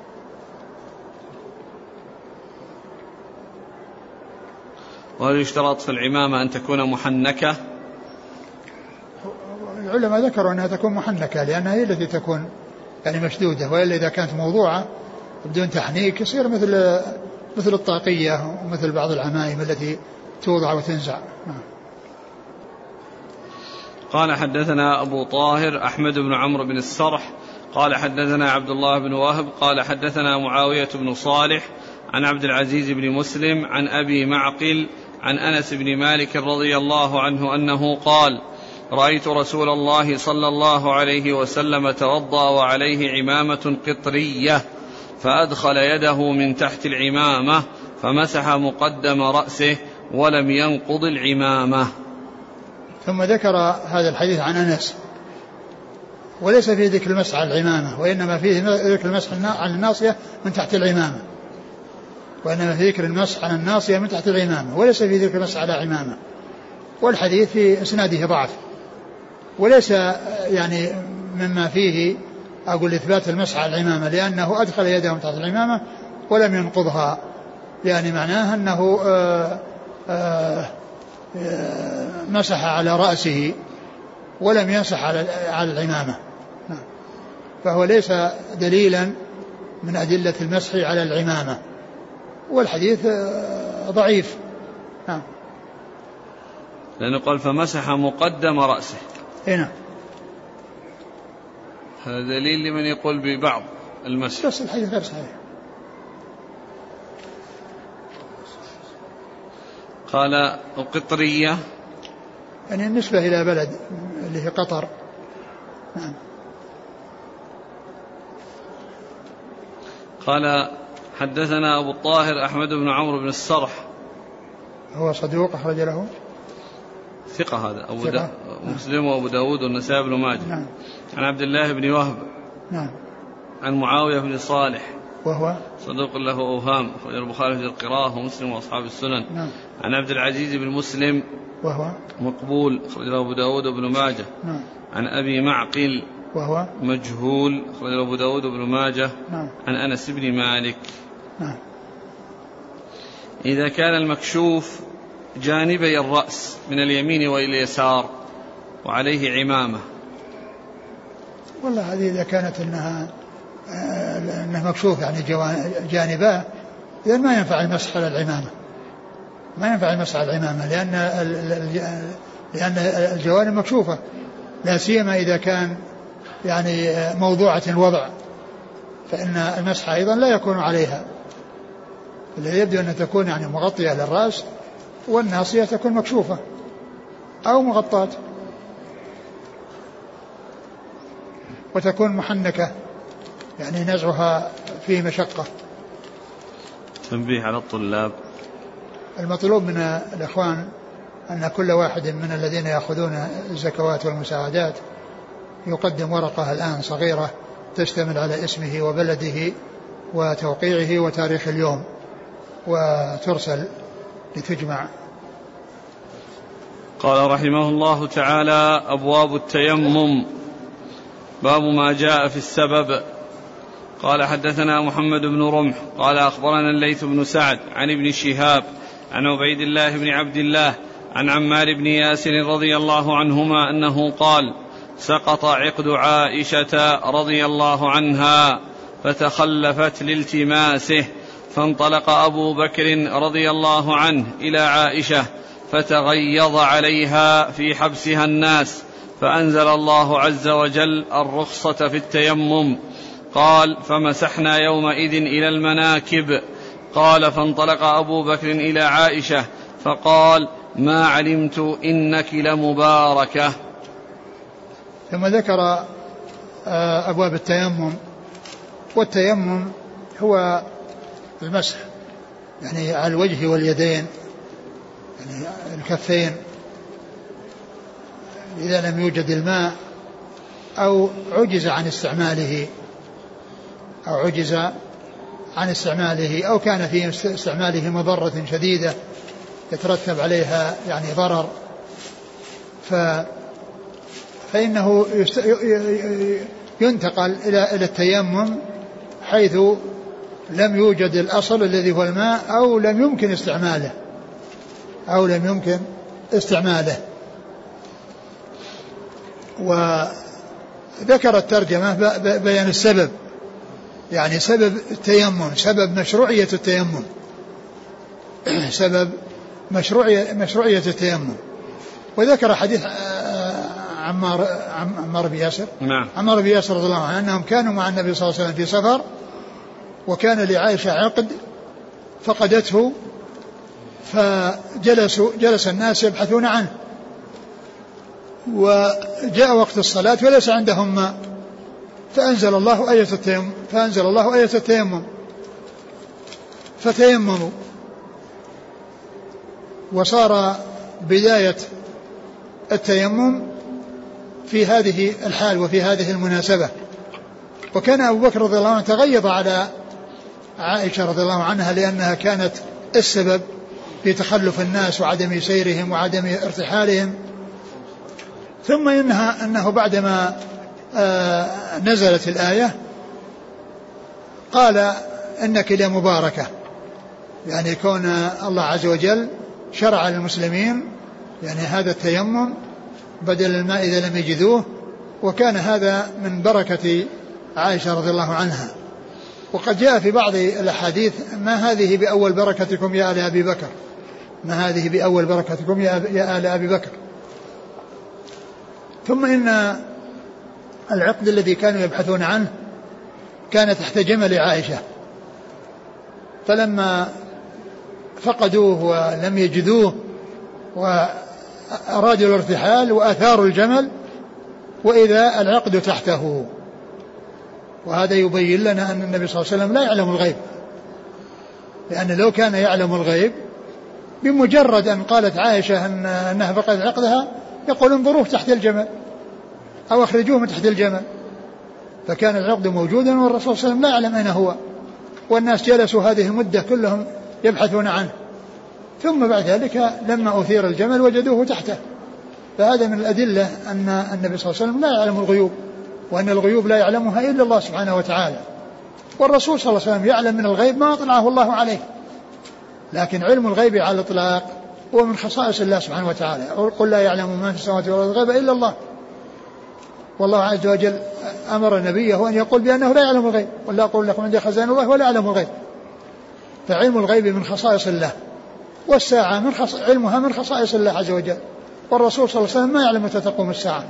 وهل يشترط في العمامة أن تكون محنكة؟ العلماء ذكروا أنها تكون محنكة لأنها هي التي تكون يعني مشدودة، وإلا إذا كانت موضوعة بدون تحنيك يصير مثل مثل الطاقية ومثل بعض العمائم التي توضع وتنزع. قال حدثنا أبو طاهر أحمد بن عمرو بن السرح قال حدثنا عبد الله بن وهب قال حدثنا معاوية بن صالح عن عبد العزيز بن مسلم عن أبي معقل عن أنس بن مالك رضي الله عنه أنه قال رأيت رسول الله صلى الله عليه وسلم توضأ وعليه عمامة قطرية فأدخل يده من تحت العمامة فمسح مقدم رأسه ولم ينقض العمامة. ثم ذكر هذا الحديث عن أنس وليس فيه ذكر المسح على العمامة، وإنما فيه ذكر المسح على الناصية من تحت العمامة، وإنما فيه ذكر المسح على الناصية من تحت العمامة وليس فيه ذكر المسح على عمامة. والحديث في إسناده ضعف، وليس يعني مما فيه أقول إثبات المسح على العمامة، لأنه أدخل يده من تحت العمامة ولم ينقضها، يعني معناه أنه آآ آآ مسح على رأسه ولم يمسح على العمامة، فهو ليس دليلا من أدلة المسح على العمامة، والحديث ضعيف. نعم. لأنه قال فمسح مقدم رأسه. هنا هذا دليل لمن يقول ببعض المسح، بس الحديث غير صحيح. قال قطرية يعني النسبة إلى بلد اللي هي قطر. نعم. قال حدثنا أبو الطاهر أحمد بن عمرو بن السرح هو صدوق أخرج له ثقة هذا أبو ثقة. دا مسلم وأبو داود والنسائي بن ماجه. نعم. عن عبد الله بن وهب. نعم. عن معاوية بن صالح وهو صدوق له أوهام أخرج البخاري في القراءة ومسلم وأصحاب السنن. نعم. عن عبد العزيز بن مسلم وهو مقبول أخرج له أبو داود وابن ماجه. نعم. عن أبي معقل وهو مجهول أخرج له أبو داود وابن ماجه. نعم. عن أنس بن مالك. نعم. إذا كان المكشوف جانبي الرأس من اليمين وإلى اليسار وعليه عمامة، والله هذه إذا كانت إنها إنها مكشوف يعني جانباه إذا ما ينفع المسح على العمامة، ما ينفع المسح على العمامة لأن لأن الجوانب مكشوفة، لا سيما إذا كان يعني موضوعة الوضع، فإن المسح أيضا لا يكون عليها، الذي يبدو أن تكون يعني مغطية للرأس والناصية تكون مكشوفة أو مغطاة وتكون محنكة يعني نزعها فيه مشقة. تنبيه على الطلاب، المطلوب من الإخوان أن كل واحد من الذين يأخذون الزكوات والمساعدات يقدم ورقة الآن صغيرة تشتمل على اسمه وبلده وتوقيعه وتاريخ اليوم وترسل لتجمع. قال رحمه الله تعالى: أبواب التيمم. باب ما جاء في السبب. قال حدثنا محمد بن رمح قال أخبرنا الليث بن سعد عن ابن شهاب عن عبيد الله بن عبد الله عن عمار بن ياسر رضي الله عنهما أنه قال: سقط عقد عائشة رضي الله عنها فتخلفت لالتماسه، فانطلق أبو بكر رضي الله عنه إلى عائشة فتغيظ عليها في حبسها الناس، فأنزل الله عز وجل الرخصة في التيمم. قال: فمسحنا يومئذ إلى المناكب. قال: فانطلق أبو بكر إلى عائشة فقال: ما علمت إنك لمباركة. ثم ذكر أبواب التيمم. والتيمم هو المسح يعني على الوجه واليدين يعني الكفين إذا لم يوجد الماء أو عجز عن استعماله أو عجز عن استعماله أو كان في استعماله مضرة شديدة يترتب عليها يعني ضرر، ف فإنه ينتقل إلى إلى التيمم حيث لم يوجد الأصل الذي هو الماء أو لم يمكن استعماله أو لم يمكن استعماله. وذكر الترجمة بيان السبب، يعني سبب التيمم، سبب مشروعية التيمم، سبب مشروعية, مشروعية التيمم. وذكر حديث عمار عمار بن ياسر نعم. عمار بن ياسر رضي الله عنه أنهم كانوا مع النبي صلى الله عليه وسلم في سفر، وكان لعائشة عقد فقدته، فجلسوا جلس الناس يبحثون عنه، وجاء وقت الصلاة وليس عندهم ماء، فأنزل الله آية التيمم فأنزل الله آية التيمم فتيمموا، وصار بداية التيمم في هذه الحال وفي هذه المناسبة. وكان أبو بكر رضي الله عنه تغيظ على عائشة رضي الله عنها لأنها كانت السبب في تخلف الناس وعدم سيرهم وعدم ارتحالهم. ثم إنها أنه بعدما آه نزلت الآية قال إنك لمباركة، يعني كون الله عز وجل شرع للمسلمين يعني هذا التيمم بدل الماء إذا لم يجدوه، وكان هذا من بركة عائشة رضي الله عنها. وقد جاء في بعض الأحاديث ما هذه بأول بركتكم يا آل أبي بكر، ما هذه بأول بركتكم يا آل أبي بكر. ثم إن العقد الذي كانوا يبحثون عنه كان تحت جمل عائشة، فلما فقدوه ولم يجدوه وأرادوا الارتحال وأثاروا الجمل وإذا العقد تحته. وهذا يبين لنا أن النبي صلى الله عليه وسلم لا يعلم الغيب، لأن لو كان يعلم الغيب بمجرد أن قالت عائشة أن أنها فقدت عقدها يقول انظروه تحت الجمل أو أخرجوه من تحت الجمل، فكان العقد موجودا والرسول صلى الله عليه وسلم لا يعلم أين هو، والناس جلسوا هذه المدة كلهم يبحثون عنه، ثم بعد ذلك لما أثير الجمل وجدوه تحته. فهذا من الأدلة أن النبي صلى الله عليه وسلم لا يعلم الغيوب، وأن الغيوب لا يعلمها إلا الله سبحانه وتعالى. والرسول صلى الله عليه وسلم يعلم من الغيب ما أطلعه الله عليه، لكن علم الغيب على الإطلاق هو من خصائص الله سبحانه وتعالى. قل لا يعلم ما في السماوات والأرض الغيب إلا الله، والله عز وجل أمر نبيه أن يقول بأنه لا يعلم الغيب، ولا أقول لكم عندي خزائن الله ولا يعلم الغيب. فعلم الغيب من خصائص الله، والساعة من خص... علمها من خصائص الله عز وجل. والرسول صلى الله عليه وسلم ما يعلم متى تقوم الساعة،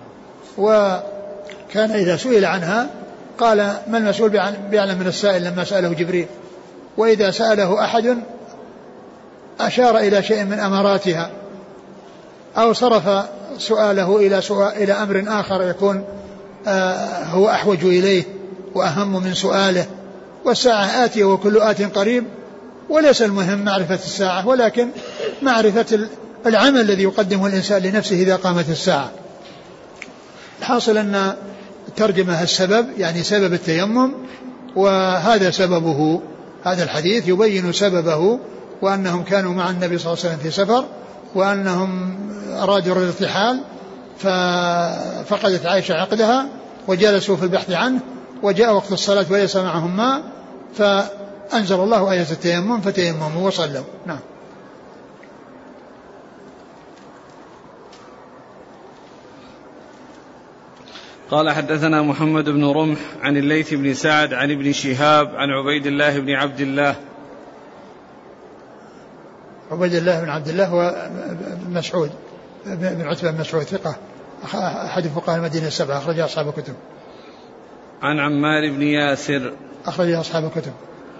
وكان إذا سئل عنها قال ما المسؤول بيعلم من السائل لما سأله جبريل، وإذا سأله أحد أشار إلى شيء من أماراتها أو صرف سؤاله إلى, سؤال إلى أمر آخر يكون آه هو أحوج إليه وأهم من سؤاله. والساعة آتية وكل آت قريب، وليس المهم معرفة الساعة ولكن معرفة العمل الذي يقدمه الإنسان لنفسه إذا قامت الساعة. الحاصل أن الترجمة السبب يعني سبب التيمم، وهذا سببه، هذا الحديث يبين سببه، وأنهم كانوا مع النبي صلى الله عليه وسلم في سفر وأنهم أرادوا الارتحال ففقدت عائشة عقدها وجلسوا في البحث عنه، وجاء وقت الصلاة وليس معهم ماء فأنزل الله آية التيمم فتيمموا وصلوا. نعم. قال حدثنا محمد بن رمح عن الليث بن سعد عن ابن شهاب عن عبيد الله بن عبد الله. عبيد الله بن عبد الله ومسعود بن عتبة بن مسعود ثقة أحد فقهاء المدينة السبعة أخرج أصحاب الكتب. عن عمار بن ياسر أخرج أصحاب الكتب.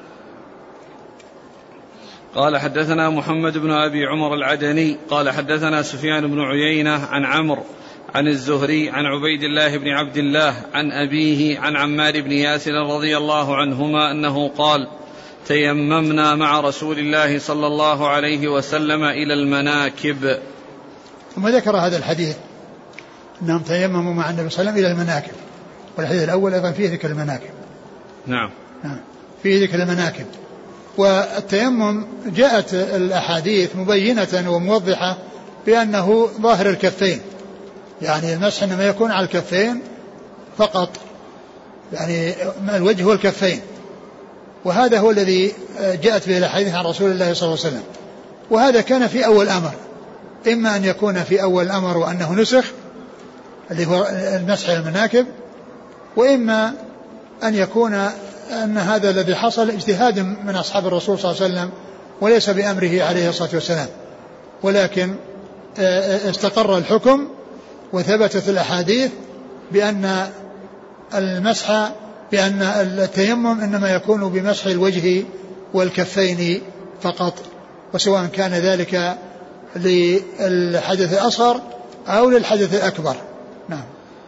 قال حدثنا محمد بن أبي عمر العدني قال حدثنا سفيان بن عيينة عن عمرو عن الزهري عن عبيد الله بن عبد الله عن أبيه عن عمار بن ياسر رضي الله عنهما أنه قال تيممنا مع رسول الله صلى الله عليه وسلم إلى المناكب. ثم ذكر هذا الحديث أنهم تيمموا مع النبي صلى الله عليه وسلم إلى المناكب، والحديث الأول أيضا فيه ذكر المناكب. نعم. نعم فيه ذكر المناكب. والتيمم جاءت الأحاديث مبينة وموضحة بأنه ظاهر الكفين، يعني المسح إنما يكون على الكفين فقط، يعني الوجه والكفين، وهذا هو الذي جاءت به الأحاديث عن رسول الله صلى الله عليه وسلم. وهذا كان في أول أمر، إما أن يكون في أول الأمر وأنه نسخ اللي هو المسح على المناكب، وإما أن يكون أن هذا الذي حصل اجتهاد من أصحاب الرسول صلى الله عليه وسلم وليس بأمره عليه الصلاة والسلام، ولكن استقر الحكم وثبتت الأحاديث بأن المسح بأن التيمم إنما يكون بمسح الوجه والكفين فقط، وسواء كان ذلك للحدث الأصغر أو للحدث الأكبر. نعم.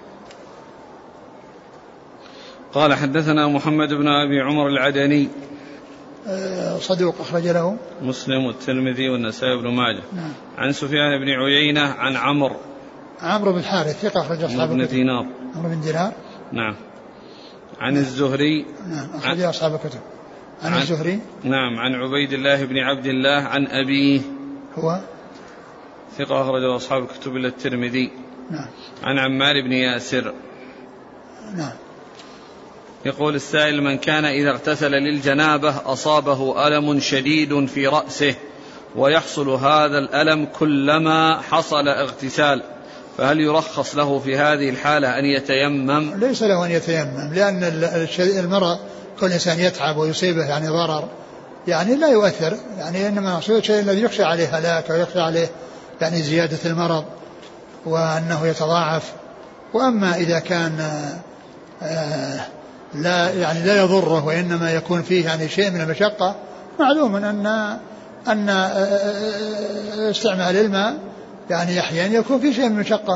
قال حدثنا محمد بن أبي عمر العدني صدوق أخرج له مسلم والترمذي والنسائي بن ماجه. نعم. عن سفيان بن عيينة عن عمرو عمرو بن الحارث ثقة أخرج أصحاب بن دينار عمرو بن دينار. نعم. عن الزهري. نعم أخرج أصحاب الكتب. عن, عن الزهري. نعم. عن عبيد الله بن عبد الله عن أبيه هو ثقة أخرج أصحاب الكتب إلا الترمذي. نعم. عن عمار بن ياسر. نعم. يقول السائل: من كان إذا اغتسل للجنابة أصابه ألم شديد في رأسه ويحصل هذا الألم كلما حصل اغتسال، فهل يرخص له في هذه الحالة أن يتيمم؟ ليس له أن يتيمم، لأن المرض كل إنسان يتعب ويصيبه يعني ضرر يعني لا يؤثر، يعني إنما الشيء الذي يخشى عليه هلاك ويخشى عليه يعني زيادة المرض وأنه يتضاعف. وأما إذا كان آه لا يعني لا يضره وإنما يكون فيه يعني شيء من المشقة، معلوم أن أن استعمال الماء يعني أحيانا يكون فيه شيء من المشقة،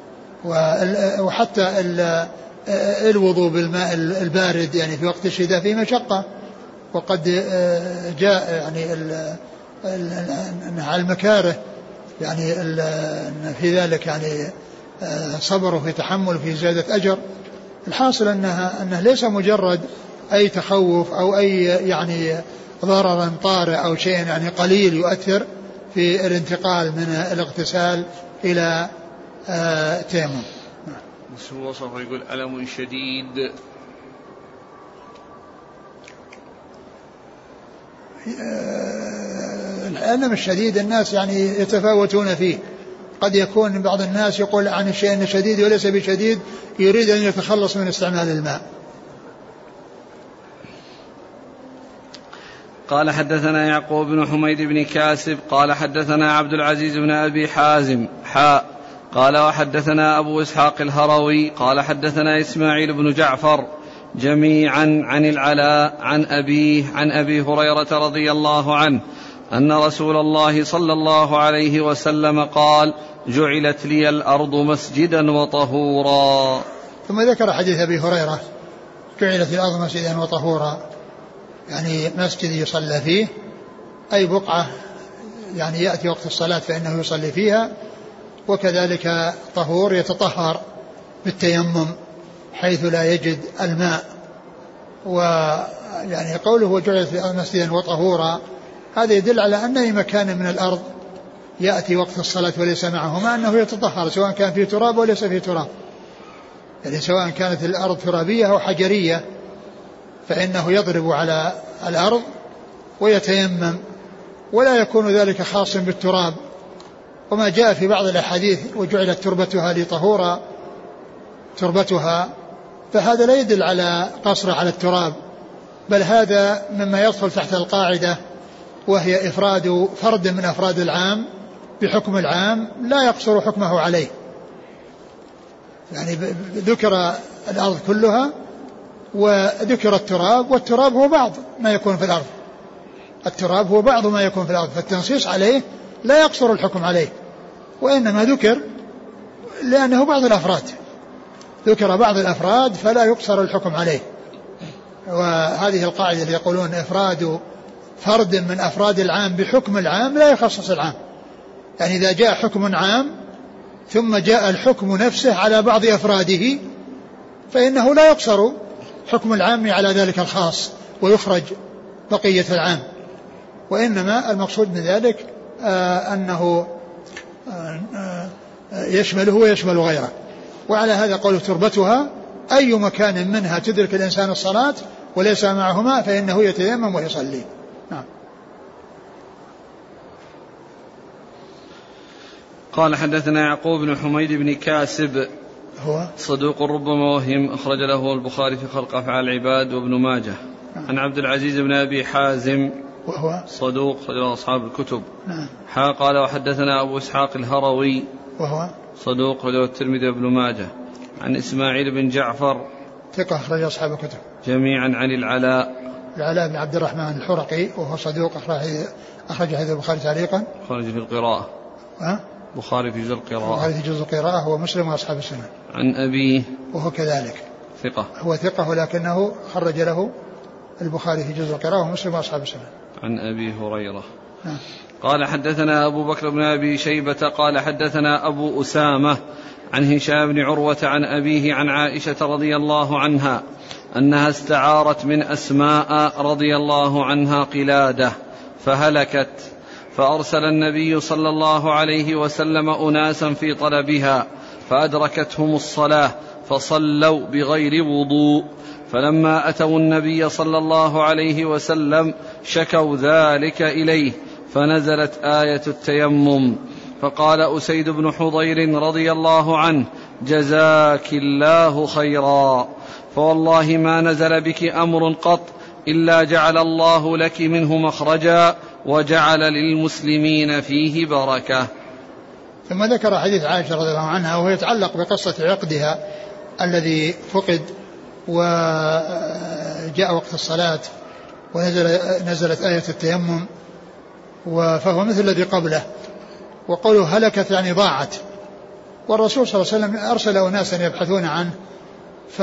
وحتى الوضوء بالماء البارد يعني في وقت الشتاء فيه مشقة، وقد جاء يعني على المكاره يعني في ذلك يعني صبر وفي تحمل وفي زيادة أجر. الحاصل أنها أنه ليس مجرد أي تخوف أو أي يعني ضرر طارئ أو شيء يعني قليل يؤثر في الانتقال من الاغتسال إلى آه تيمم. بس هو وصفه يقول ألم شديد. آه الألم الشديد الناس يعني يتفاوتون فيه، قد يكون بعض الناس يقول عن الشيء أنه شديد وليس بشديد، يريد أن يتخلص من استعمال الماء. قال حدثنا يعقوب بن حميد بن كاسب قال حدثنا عبد العزيز بن أبي حازم حاء قال وحدثنا أبو إسحاق الهروي قال حدثنا إسماعيل بن جعفر جميعا عن العلاء عن أبيه عن أبي هريرة رضي الله عنه أن رسول الله صلى الله عليه وسلم قال: جعلت لي الأرض مسجدا وطهورا. ثم ذكر حديث أبي هريرة: جعلت الأرض مسجدا وطهورا، يعني مسجد يصلى فيه، أي بقعة يعني يأتي وقت الصلاة فإنه يصلي فيها، وكذلك طهور يتطهر بالتيمم حيث لا يجد الماء. ويعني قوله وجعلت الأرض مسجدا وطهورا هذا يدل على أن أي مكان من الأرض يأتي وقت الصلاة وليس معه ماء أنه يتطهر، سواء كان فيه تراب وليس فيه تراب، يعني سواء كانت الأرض ترابية أو حجرية فإنه يضرب على الأرض ويتيمم، ولا يكون ذلك خاصا بالتراب. وما جاء في بعض الأحاديث وجعلت تربتها لطهورا تربتها، فهذا لا يدل على قصر على التراب، بل هذا مما يدخل تحت القاعدة وهي إفراد فرد من أفراد العام بحكم العام لا يقصر حكمه عليه. يعني ذكر الأرض كلها وذكر التراب، والتراب هو بعض ما يكون في الأرض، التراب هو بعض ما يكون في الأرض، فالتنصيص عليه لا يقصر الحكم عليه، وإنما ذكر لأنه بعض الأفراد، ذكر بعض الأفراد فلا يقصر الحكم عليه. وهذه القاعدة اللي يقولون إفراد فرد من أفراد العام بحكم العام لا يخصص العام. يعني إذا جاء حكم عام ثم جاء الحكم نفسه على بعض أفراده فإنه لا يقصر حكم العام على ذلك الخاص ويخرج بقية العام، وإنما المقصود من ذلك آه أنه آه يشمله ويشمل غيره. وعلى هذا قول تربتها أي مكان منها تدرك الإنسان الصلاة وليس معهما فإنه يتيمم ويصلي. نعم. قال حدثنا يعقوب بن حميد بن كاسب هو صدوق ربما وهم، أخرج له البخاري في خلق أفعال العباد وابن ماجه. نعم. عن عبد العزيز بن أبي حازم وهو صدوق أخرج له أصحاب الكتب. نعم. حا قال وحدثنا أبو إسحاق الهروي وهو صدوق أخرج له الترمذي وابن ماجه. عن إسماعيل بن جعفر ثقة أخرج أصحاب الكتب جميعا. عن العلاء العلاء بن عبد الرحمن الحرقي وهو صدوق أخرج هذا البخاري تعليقا، خرج في القراءة ها؟ بخاري في جزء القراءة، بخاري في جزء القراءة هو مسلم وأصحاب السنن. عن أبيه وهو كذلك ثقة، هو ثقة ولكنه خرج له البخاري في جزء القراءة ومسلم وأصحاب السنن. عن أبي هريرة. نعم. قال حدثنا أبو بكر بن أبي شيبة قال حدثنا أبو أسامة عن هشام بن عروة عن أبيه عن عائشة رضي الله عنها أنها استعارت من أسماء رضي الله عنها قلادة فهلكت، فأرسل النبي صلى الله عليه وسلم أناسا في طلبها فأدركتهم الصلاة فصلوا بغير وضوء، فلما أتوا النبي صلى الله عليه وسلم شكوا ذلك إليه فنزلت آية التيمم، فقال أسيد بن حضير رضي الله عنه جزاك الله خيرا، فوالله ما نزل بك أمر قط إلا جعل الله لك منه مخرجا وجعل للمسلمين فيه بركة. ثم ذكر حديث عائشة رضي الله عنها وهو يتعلق بقصة عقدها الذي فقد وجاء وقت الصلاة ونزل نزلت آية التيمم، فهو مثل الذي قبله. وقوله هلكت يعني ضاعت، والرسول صلى الله عليه وسلم أرسل أناسا يبحثون عنه ف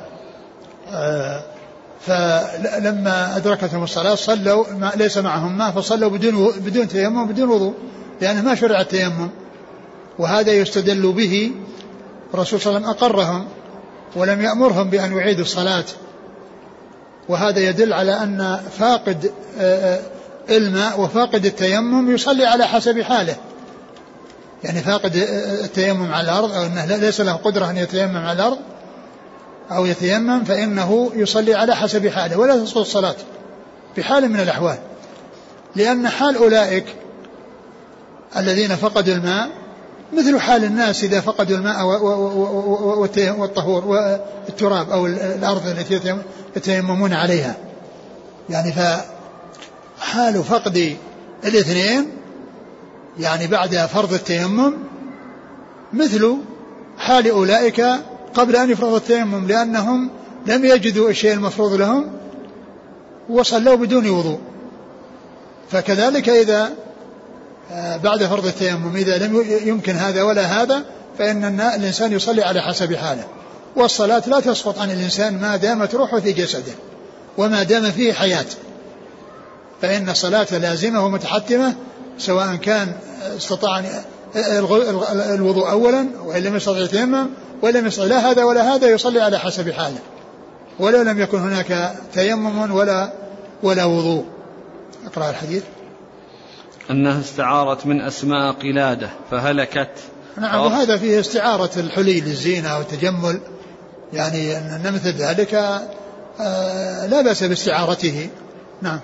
فلما أدركتهم الصلاة صلوا ليس معهم ماء فصلوا بدون بدون تيمم بدون وضوء، لأنه ما شرع التيمم. وهذا يستدل به الرسول صلى الله عليه وسلم أقرهم ولم يأمرهم بأن يعيدوا الصلاة، وهذا يدل على أن فاقد الماء وفاقد التيمم يصلي على حسب حاله. يعني فاقد التيمم على الأرض أو أنه ليس له قدرة أن يتيمم على الأرض أو يتيمم فإنه يصلي على حسب حاله ولا تسقط الصلاة بحال من الأحوال، لأن حال أولئك الذين فقدوا الماء مثل حال الناس إذا فقدوا الماء والطهور والتراب أو الأرض التي يتيممون عليها. يعني فحال فقد الاثنين يعني بعد فرض التيمم مثل حال أولئك قبل أن يفرض التيمم، لأنهم لم يجدوا الشيء المفروض لهم وصلوا بدون وضوء. فكذلك إذا بعد فرض التيمم إذا لم يمكن هذا ولا هذا فإن الإنسان يصلي على حسب حاله، والصلاة لا تسقط عن الإنسان ما دامت روحه في جسده وما دام فيه حياة، فإن الصلاة لازمة ومتحتمة سواء كان استطاع الوضوء أولا وإن لم يستطع التيمم وإن لم يستطع لا هذا ولا هذا يصلي على حسب حاله ولو لم يكن هناك تيمم ولا ولا وضوء. اقرأ الحديث. أنها استعارت من أسماء قلادة فهلكت. نعم، وهذا فيه استعارة الحلي للزينة والتجمل، يعني أن مثل ذلك لا بأس باستعارته. نعم.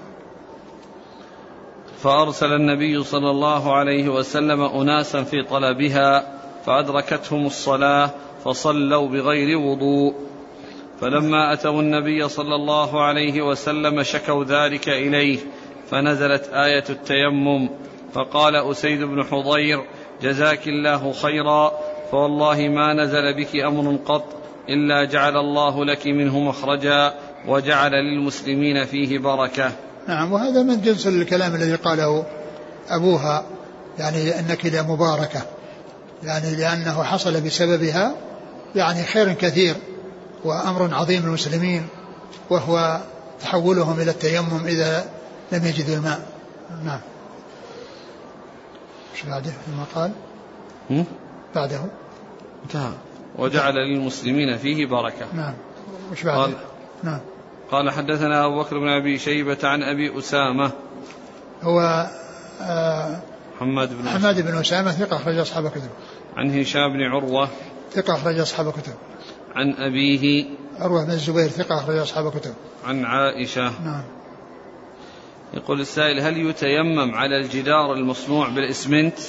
فأرسل النبي صلى الله عليه وسلم أناسا في طلبها فأدركتهم الصلاة فصلوا بغير وضوء، فلما أتوا النبي صلى الله عليه وسلم شكوا ذلك إليه فنزلت آية التيمم، فقال أسيد بن حضير جزاك الله خيرا، فوالله ما نزل بك أمر قط إلا جعل الله لك منه مخرجا وجعل للمسلمين فيه بركة. نعم، وهذا من جنس الكلام الذي قاله أبوها، يعني أنك لا مباركة، يعني لأنه حصل بسببها يعني خير كثير وأمر عظيم للمسلمين وهو تحولهم إلى التيمم إذا لم يجدوا الماء. نعم. ايش بعده ثم قال بعده انتهى وجعل للمسلمين فيه بركة. نعم. وش بعده؟ قال نعم. قال حدثنا أبو بكر بن أبي شيبة عن أبي أسامة هو آه حماد بن حماد بن أسامة ثقة أخرج أصحاب الكتب. عن هشام بن عروة ثقة أخرج أصحاب الكتب. عن أبيه عروة بن الزبير ثقة أخرج أصحاب الكتب. عن عائشة. نعم. يقول السائل هل يتيمم على الجدار المصنوع بالإسمنت؟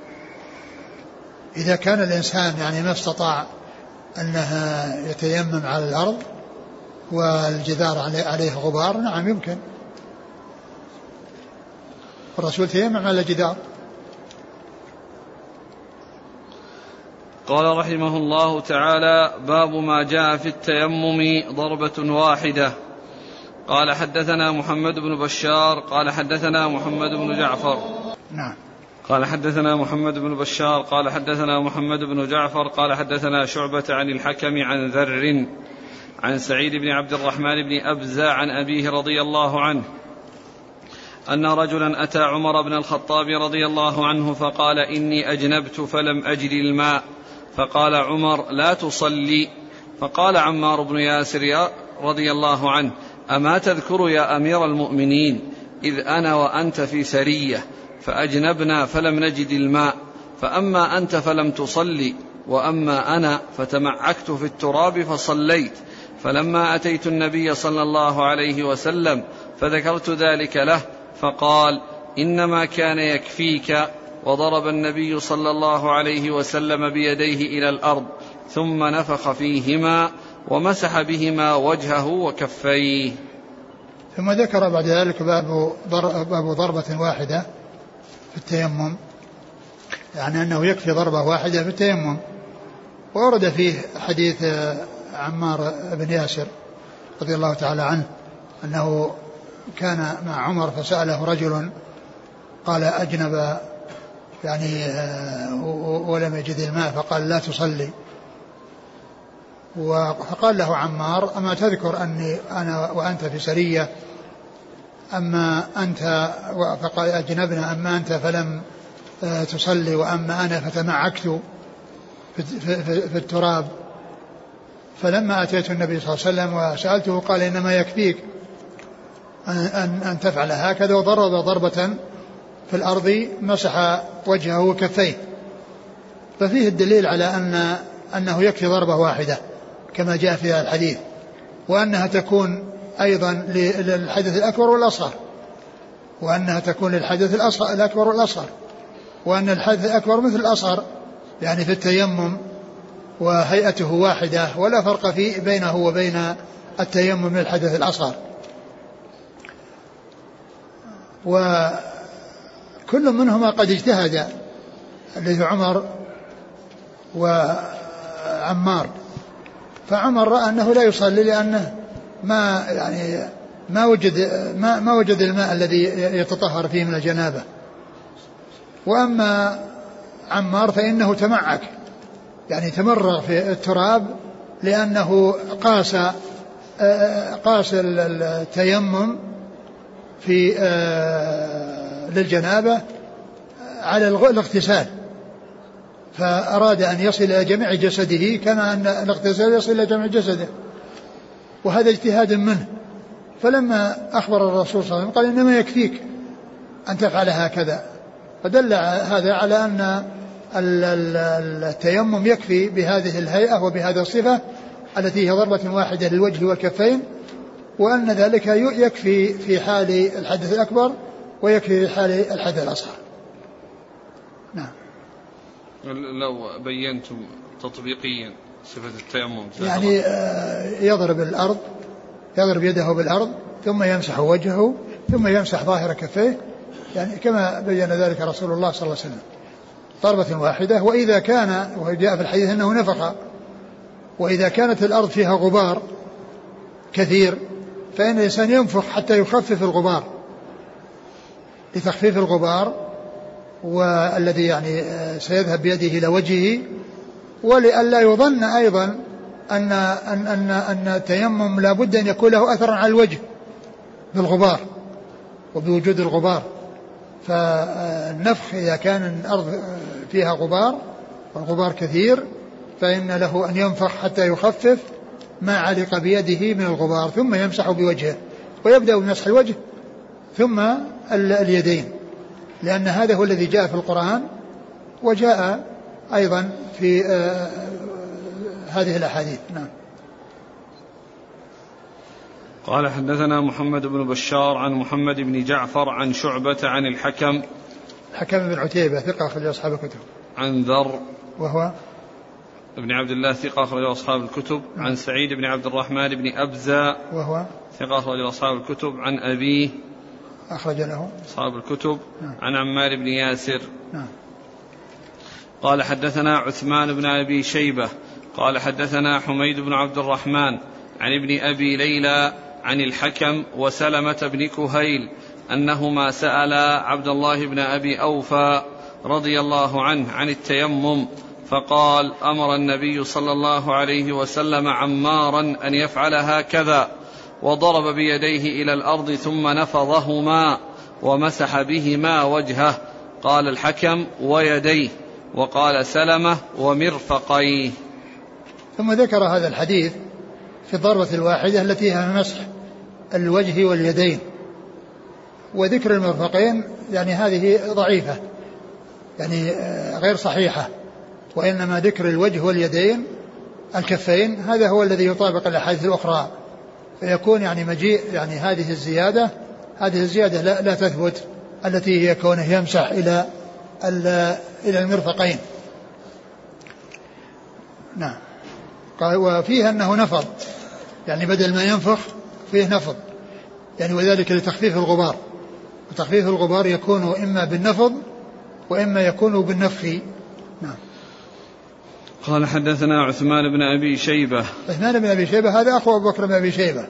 إذا كان الإنسان يعني ما استطاع أنها يتيمم على الأرض والجدار عليه غبار نعم يمكن. الرسول تيمم على الجدار. قال رحمه الله تعالى باب ما جاء في التيمم ضربة واحدة. قال حدثنا محمد بن بشار قال حدثنا محمد بن جعفر. نعم. قال حدثنا محمد بن بشار قال حدثنا محمد بن جعفر قال حدثنا شعبة عن الحكم عن ذر عن سعيد بن عبد الرحمن بن أبزة عن أبيه رضي الله عنه أن رجلا أتى عمر بن الخطاب رضي الله عنه فقال إني أجنبت فلم أجد الماء فقال عمر لا تصلي. فقال عمار بن ياسر رضي الله عنه أما تذكر يا أمير المؤمنين إذ أنا وأنت في سرية فأجنبنا فلم نجد الماء فأما أنت فلم تصلي وأما أنا فتمعكت في التراب فصليت فلما أتيت النبي صلى الله عليه وسلم فذكرت ذلك له فقال إنما كان يكفيك وضرب النبي صلى الله عليه وسلم بيديه إلى الأرض ثم نفخ فيهما ومسح بهما وجهه وكفيه. ثم ذكر بعد ذلك باب, باب ضربة واحدة في التيمم يعني أنه يكفي ضربة واحدة في التيمم. وورد فيه حديث عمار بن ياسر رضي الله تعالى عنه أنه كان مع عمر فسأله رجل قال أجنب يعني ولم يجد الماء فقال لا تصلي. فقال له عمار أما تذكر أني أنا وأنت في سرية أما أنت فقال أجنبنا أما أنت فلم تصلي وأما أنا فتمعكت في التراب. فلما أتيت النبي صلى الله عليه وسلم وسألته قال إنما يكفيك أن, أن تفعل هكذا وضرب ضربة في الأرض مسح وجهه وكفيه. ففيه الدليل على أن أنه يكفي ضربة واحدة كما جاء في الحديث وأنها تكون أيضا للحدث الأكبر والأصغر وأنها تكون للحدث الأكبر والأصغر وأن الحدث الأكبر مثل الأصغر يعني في التيمم وهيئته واحدة ولا فرق فيه بينه وبين التيمم للحدث الأصغر. وكل منهما قد اجتهد اللي عمر وعمار. فعمر رأى أنه لا يصلي لأنه ما يعني ما وجد ما, ما وجد الماء الذي يتطهر فيه من الجنابة. وأما عمار فإنه تمعك يعني تمرغ في التراب لأنه قاس قاس التيمم في للجنابة على الاغتسال فأراد أن يصل إلى جميع جسده كما أن الاغتسال يصل إلى جميع جسده وهذا اجتهاد منه. فلما أخبر الرسول صلى الله عليه وسلم قال إنما يكفيك أن تفعل هكذا فدل هذا على أن التيمم يكفي بهذه الهيئة وبهذه الصفة التي هي ضربة واحدة للوجه والكفين وأن ذلك يكفي في حال الحدث الأكبر ويكفي في حال الحدث الأصغر. نعم. لو بينتم تطبيقيا صفة التيمم يعني يضرب الأرض يضرب يده بالأرض ثم يمسح وجهه ثم يمسح ظاهر كفيه يعني كما بين ذلك رسول الله صلى الله عليه وسلم ضربة واحدة. وإذا كان وجاء في الحديث أنه نفخ وإذا كانت الأرض فيها غبار كثير فإن الإنسان ينفخ حتى يخفف الغبار لتخفيف الغبار والذي يعني سيذهب بيده إلى وجهه ولئلا يظن أيضا أن أن أن أن التيمم لا بد أن يكون له أثر على الوجه بالغبار وبوجود الغبار. فالنفخ إذا كان الأرض فيها غبار والغبار كثير فإن له أن ينفخ حتى يخفف ما علق بيده من الغبار ثم يمسح بوجهه، ويبدأ بمسح الوجه ثم اليدين، لأن هذا هو الذي جاء في القرآن وجاء أيضا في هذه الأحاديث. نعم. قال حدثنا محمد بن بشار عن محمد بن جعفر عن شعبة عن الحكم الحكم بن عتيبة ثقة أخرج أصحاب الكتب. عن ذر وهو ابن عبد الله ثقة أخرج أصحاب الكتب. عن سعيد بن عبد الرحمن بن أبزة وهو ثقة أخرج أصحاب الكتب. عن أبيه أخرج له أصحاب الكتب. نعم. عن عمار بن ياسر. نعم. قال حدثنا عثمان بن أبي شيبة قال حدثنا حميد بن عبد الرحمن عن ابن أبي ليلى عن الحكم وسلمة بن كهيل أنهما سألا عبد الله بن أبي أوفى رضي الله عنه عن التيمم، فقال أمر النبي صلى الله عليه وسلم عمارا أن يفعل هكذا، وضرب بيديه إلى الأرض ثم نفضهما ومسح بهما وجهه. قال الحكم ويديه، وقال سلمة ومرفقيه. ثم ذكر هذا الحديث في الضربة الواحدة التي هي مسح الوجه واليدين، وذكر المرفقين يعني هذه ضعيفة يعني غير صحيحة، وإنما ذكر الوجه واليدين الكفين هذا هو الذي يطابق الأحاديث الأخرى، فيكون يعني مجيء يعني هذه الزيادة هذه الزيادة لا, لا تثبت التي هي كونه يمسح إلى إلى المرفقين. نعم. قال وفيها أنه نفض، يعني بدل ما ينفخ فيه نفض، يعني وذلك لتخفيف الغبار، وتخفيف الغبار يكون إما بالنفض وإما يكون بالنفخ. نعم. قال حدثنا عثمان بن أبي شيبة. عثمان بن أبي شيبة هذا أخو أبو بكر بن أبي شيبة،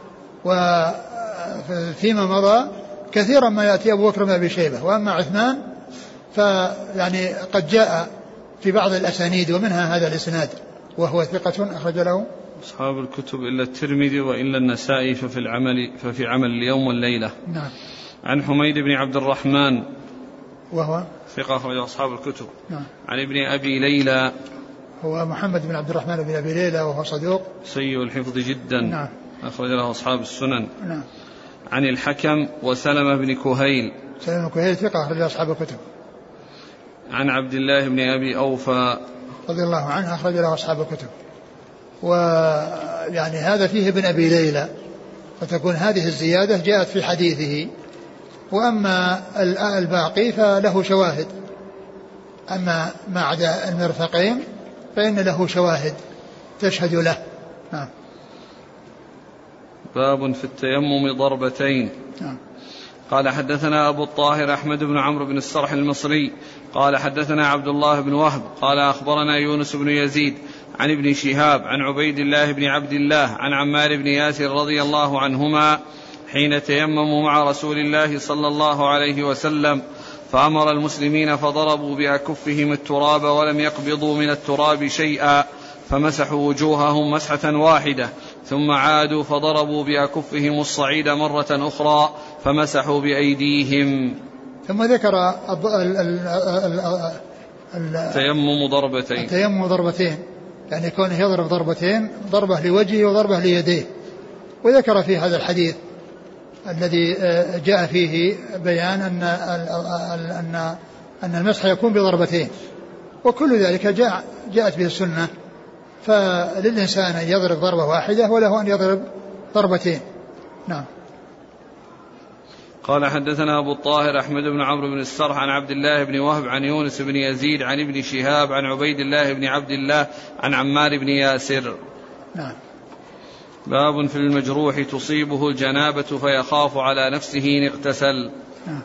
وفيما مضى كثيرا ما يأتي أبو بكر بن أبي شيبة، وأما عثمان فيعني قد جاء في بعض الأسانيد ومنها هذا الإسناد، وهو ثقة أخرج له أصحاب الكتب إلا الترمذي وإلا النسائي ففي العمل ففي عمل اليوم والليلة. نعم. عن حميد بن عبد الرحمن وهو ثقة أخرج أصحاب الكتب. نعم. عن ابن أبي ليلى هو محمد بن عبد الرحمن بن أبي ليلى وهو صدوق سيء الحفظ جدا. نعم. أخرج له أصحاب السنن. نعم. عن الحكم وسلمة بن كهيل سلمة بن كهيل ثقة أخرج أصحاب الكتب. عن عبد الله بن أبي أوفى رضي الله عنه أخرج له أصحاب الكتب. ويعني هذا فيه ابن أبي ليلى، فتكون هذه الزيادة جاءت في حديثه، وأما الباقي فله شواهد، أما ما عدا المرفقين فإن له شواهد تشهد له. نعم. باب في التيمم ضربتين. نعم. قال حدثنا أبو الطاهر أحمد بن عمرو بن السرح المصري قال حدثنا عبد الله بن وهب قال أخبرنا يونس بن يزيد عن ابن شهاب عن عبيد الله بن عبد الله عن عمار بن ياسر رضي الله عنهما حين تيمموا مع رسول الله صلى الله عليه وسلم، فأمر المسلمين فضربوا بأكفهم التراب ولم يقبضوا من التراب شيئا، فمسحوا وجوههم مسحة واحدة، ثم عادوا فضربوا بأكفهم الصعيد مرة أخرى فمسحوا بأيديهم. ثم ذكر التيمم ضربتين التيمم ضربتين يعني كونه يضرب ضربتين، ضربة لوجهه وضربة ليديه. وذكر في هذا الحديث الذي جاء فيه بيان أن أن أن المسح يكون بضربتين، وكل ذلك جاء جاءت به السنة، فللإنسان أن يضرب ضربة واحدة وله أن يضرب ضربتين. نعم. قال حدثنا أبو الطاهر أحمد بن عمرو بن السرح عن عبد الله بن وهب عن يونس بن يزيد عن ابن شهاب عن عبيد الله بن عبد الله عن عمار بن ياسر. نعم. باب في المجروح تصيبه الجنابة فيخاف على نفسه إن اغتسل. نعم.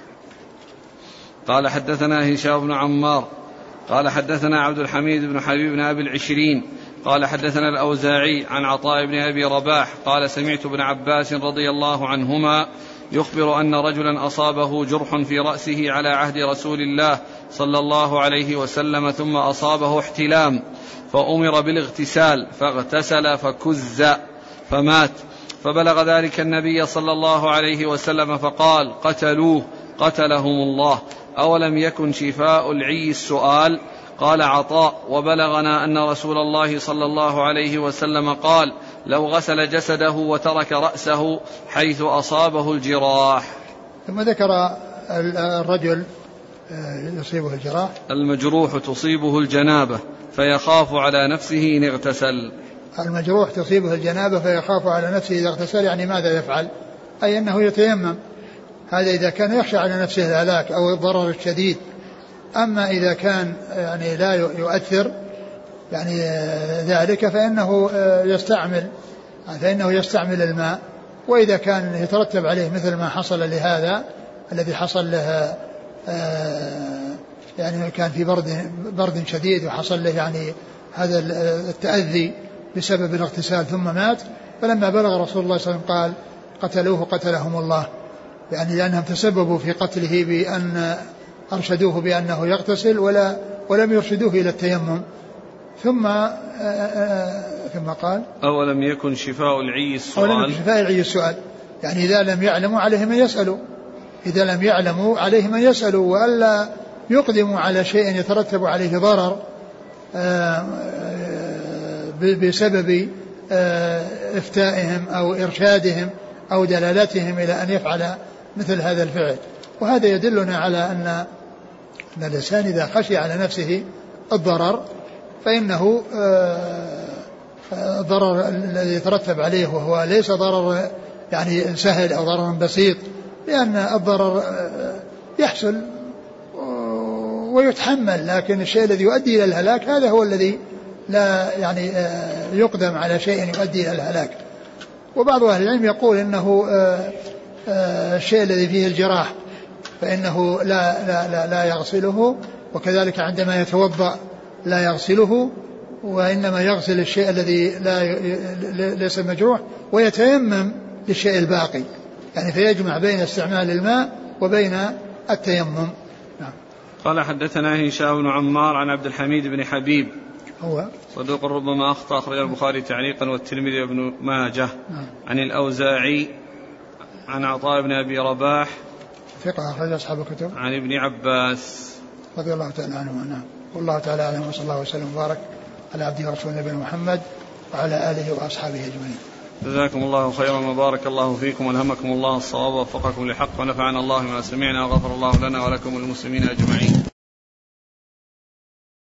قال حدثنا هشام بن عمار قال حدثنا عبد الحميد بن حبيب بن أبي العشرين قال حدثنا الأوزاعي عن عطاء بن أبي رباح قال سمعت ابن عباس رضي الله عنهما يخبر أن رجلا أصابه جرح في رأسه على عهد رسول الله صلى الله عليه وسلم ثم أصابه احتلام فأمر بالاغتسال فاغتسل فكز فمات، فبلغ ذلك النبي صلى الله عليه وسلم فقال قتلوه قتلهم الله، أولم يكن شفاء العي السؤال؟ قال عطاء: وبلغنا أن رسول الله صلى الله عليه وسلم قال: لو غسل جسده وترك رأسه حيث أصابه الجراح. ثم ذكر الرجل يصيبه الجراح، المجروح تصيبه الجنابة فيخاف على نفسه إن اغتسل. المجروح تصيبه الجنابة فيخاف على نفسه إذا اغتسل، يعني ماذا يفعل؟ أي أنه يتيمم، هذا إذا كان يخشى على نفسه الهلاك أو الضرر الشديد. أما إذا كان يعني لا يؤثر يعني ذلك فإنه يستعمل فإنه يستعمل الماء، وإذا كان يترتب عليه مثل ما حصل لهذا الذي حصل له يعني كان في برد برد شديد وحصل له يعني هذا التأذي بسبب الاغتسال ثم مات، فلما بلغ رسول الله صلى الله عليه وسلم قال قتلوه قتلهم الله، يعني لأنهم تسببوا في قتله بأن أرشدوه بأنه يغتسل ولا ولم يرشدوه إلى التيمم. ثم ثم قال أولم يكن شفاء العي السؤال؟ أولم يكن شفاء العي السؤال، يعني إذا لم يعلموا عليه من يسألوا إذا لم يعلموا عليه من يسألوا وألا يقدموا على شيء يترتب عليه ضرر بسبب إفتائهم أو إرشادهم أو دلالتهم إلى أن يفعل مثل هذا الفعل. وهذا يدلنا على أن الإنسان إذا خشي على نفسه الضرر فإنه الضرر الذي يترتب عليه وهو ليس ضرر يعني سهل أو ضرر بسيط، لأن الضرر يحصل ويتحمل، لكن الشيء الذي يؤدي إلى الهلاك هذا هو الذي لا يعني يقدم على شيء يؤدي إلى الهلاك. وبعض أهل العلم يقول إنه الشيء الذي فيه الجراح فإنه لا, لا, لا, لا يغسله، وكذلك عندما يتوضأ لا يغسله، وإنما يغسل الشيء الذي لا ليس مجروح ويتيمم للشيء الباقي، يعني فيجمع بين استعمال الماء وبين التيمم. نعم. قال حدثنا هشام بن عمار عن عبد الحميد بن حبيب هو صدوق ربما أخطأ، أخرج البخاري تعليقا والترمذي وابن ماجه. نعم. عن الأوزاعي عن عطاء بن أبي رباح ثقة أخرج أصحاب الكتب. عن ابن عباس رضي الله تعالى عنه. نعم. والله تعالى أعلم، وصلى الله وسلم وبارك على عبده ورسوله نبينا محمد وعلى آله وأصحابه أجمعين. جزاكم الله خيرا وبارك الله فيكم والهمكم الله الصواب ووفقكم للحق ونفعنا الله بما سمعنا وغفر الله لنا ولكم المسلمين أجمعين.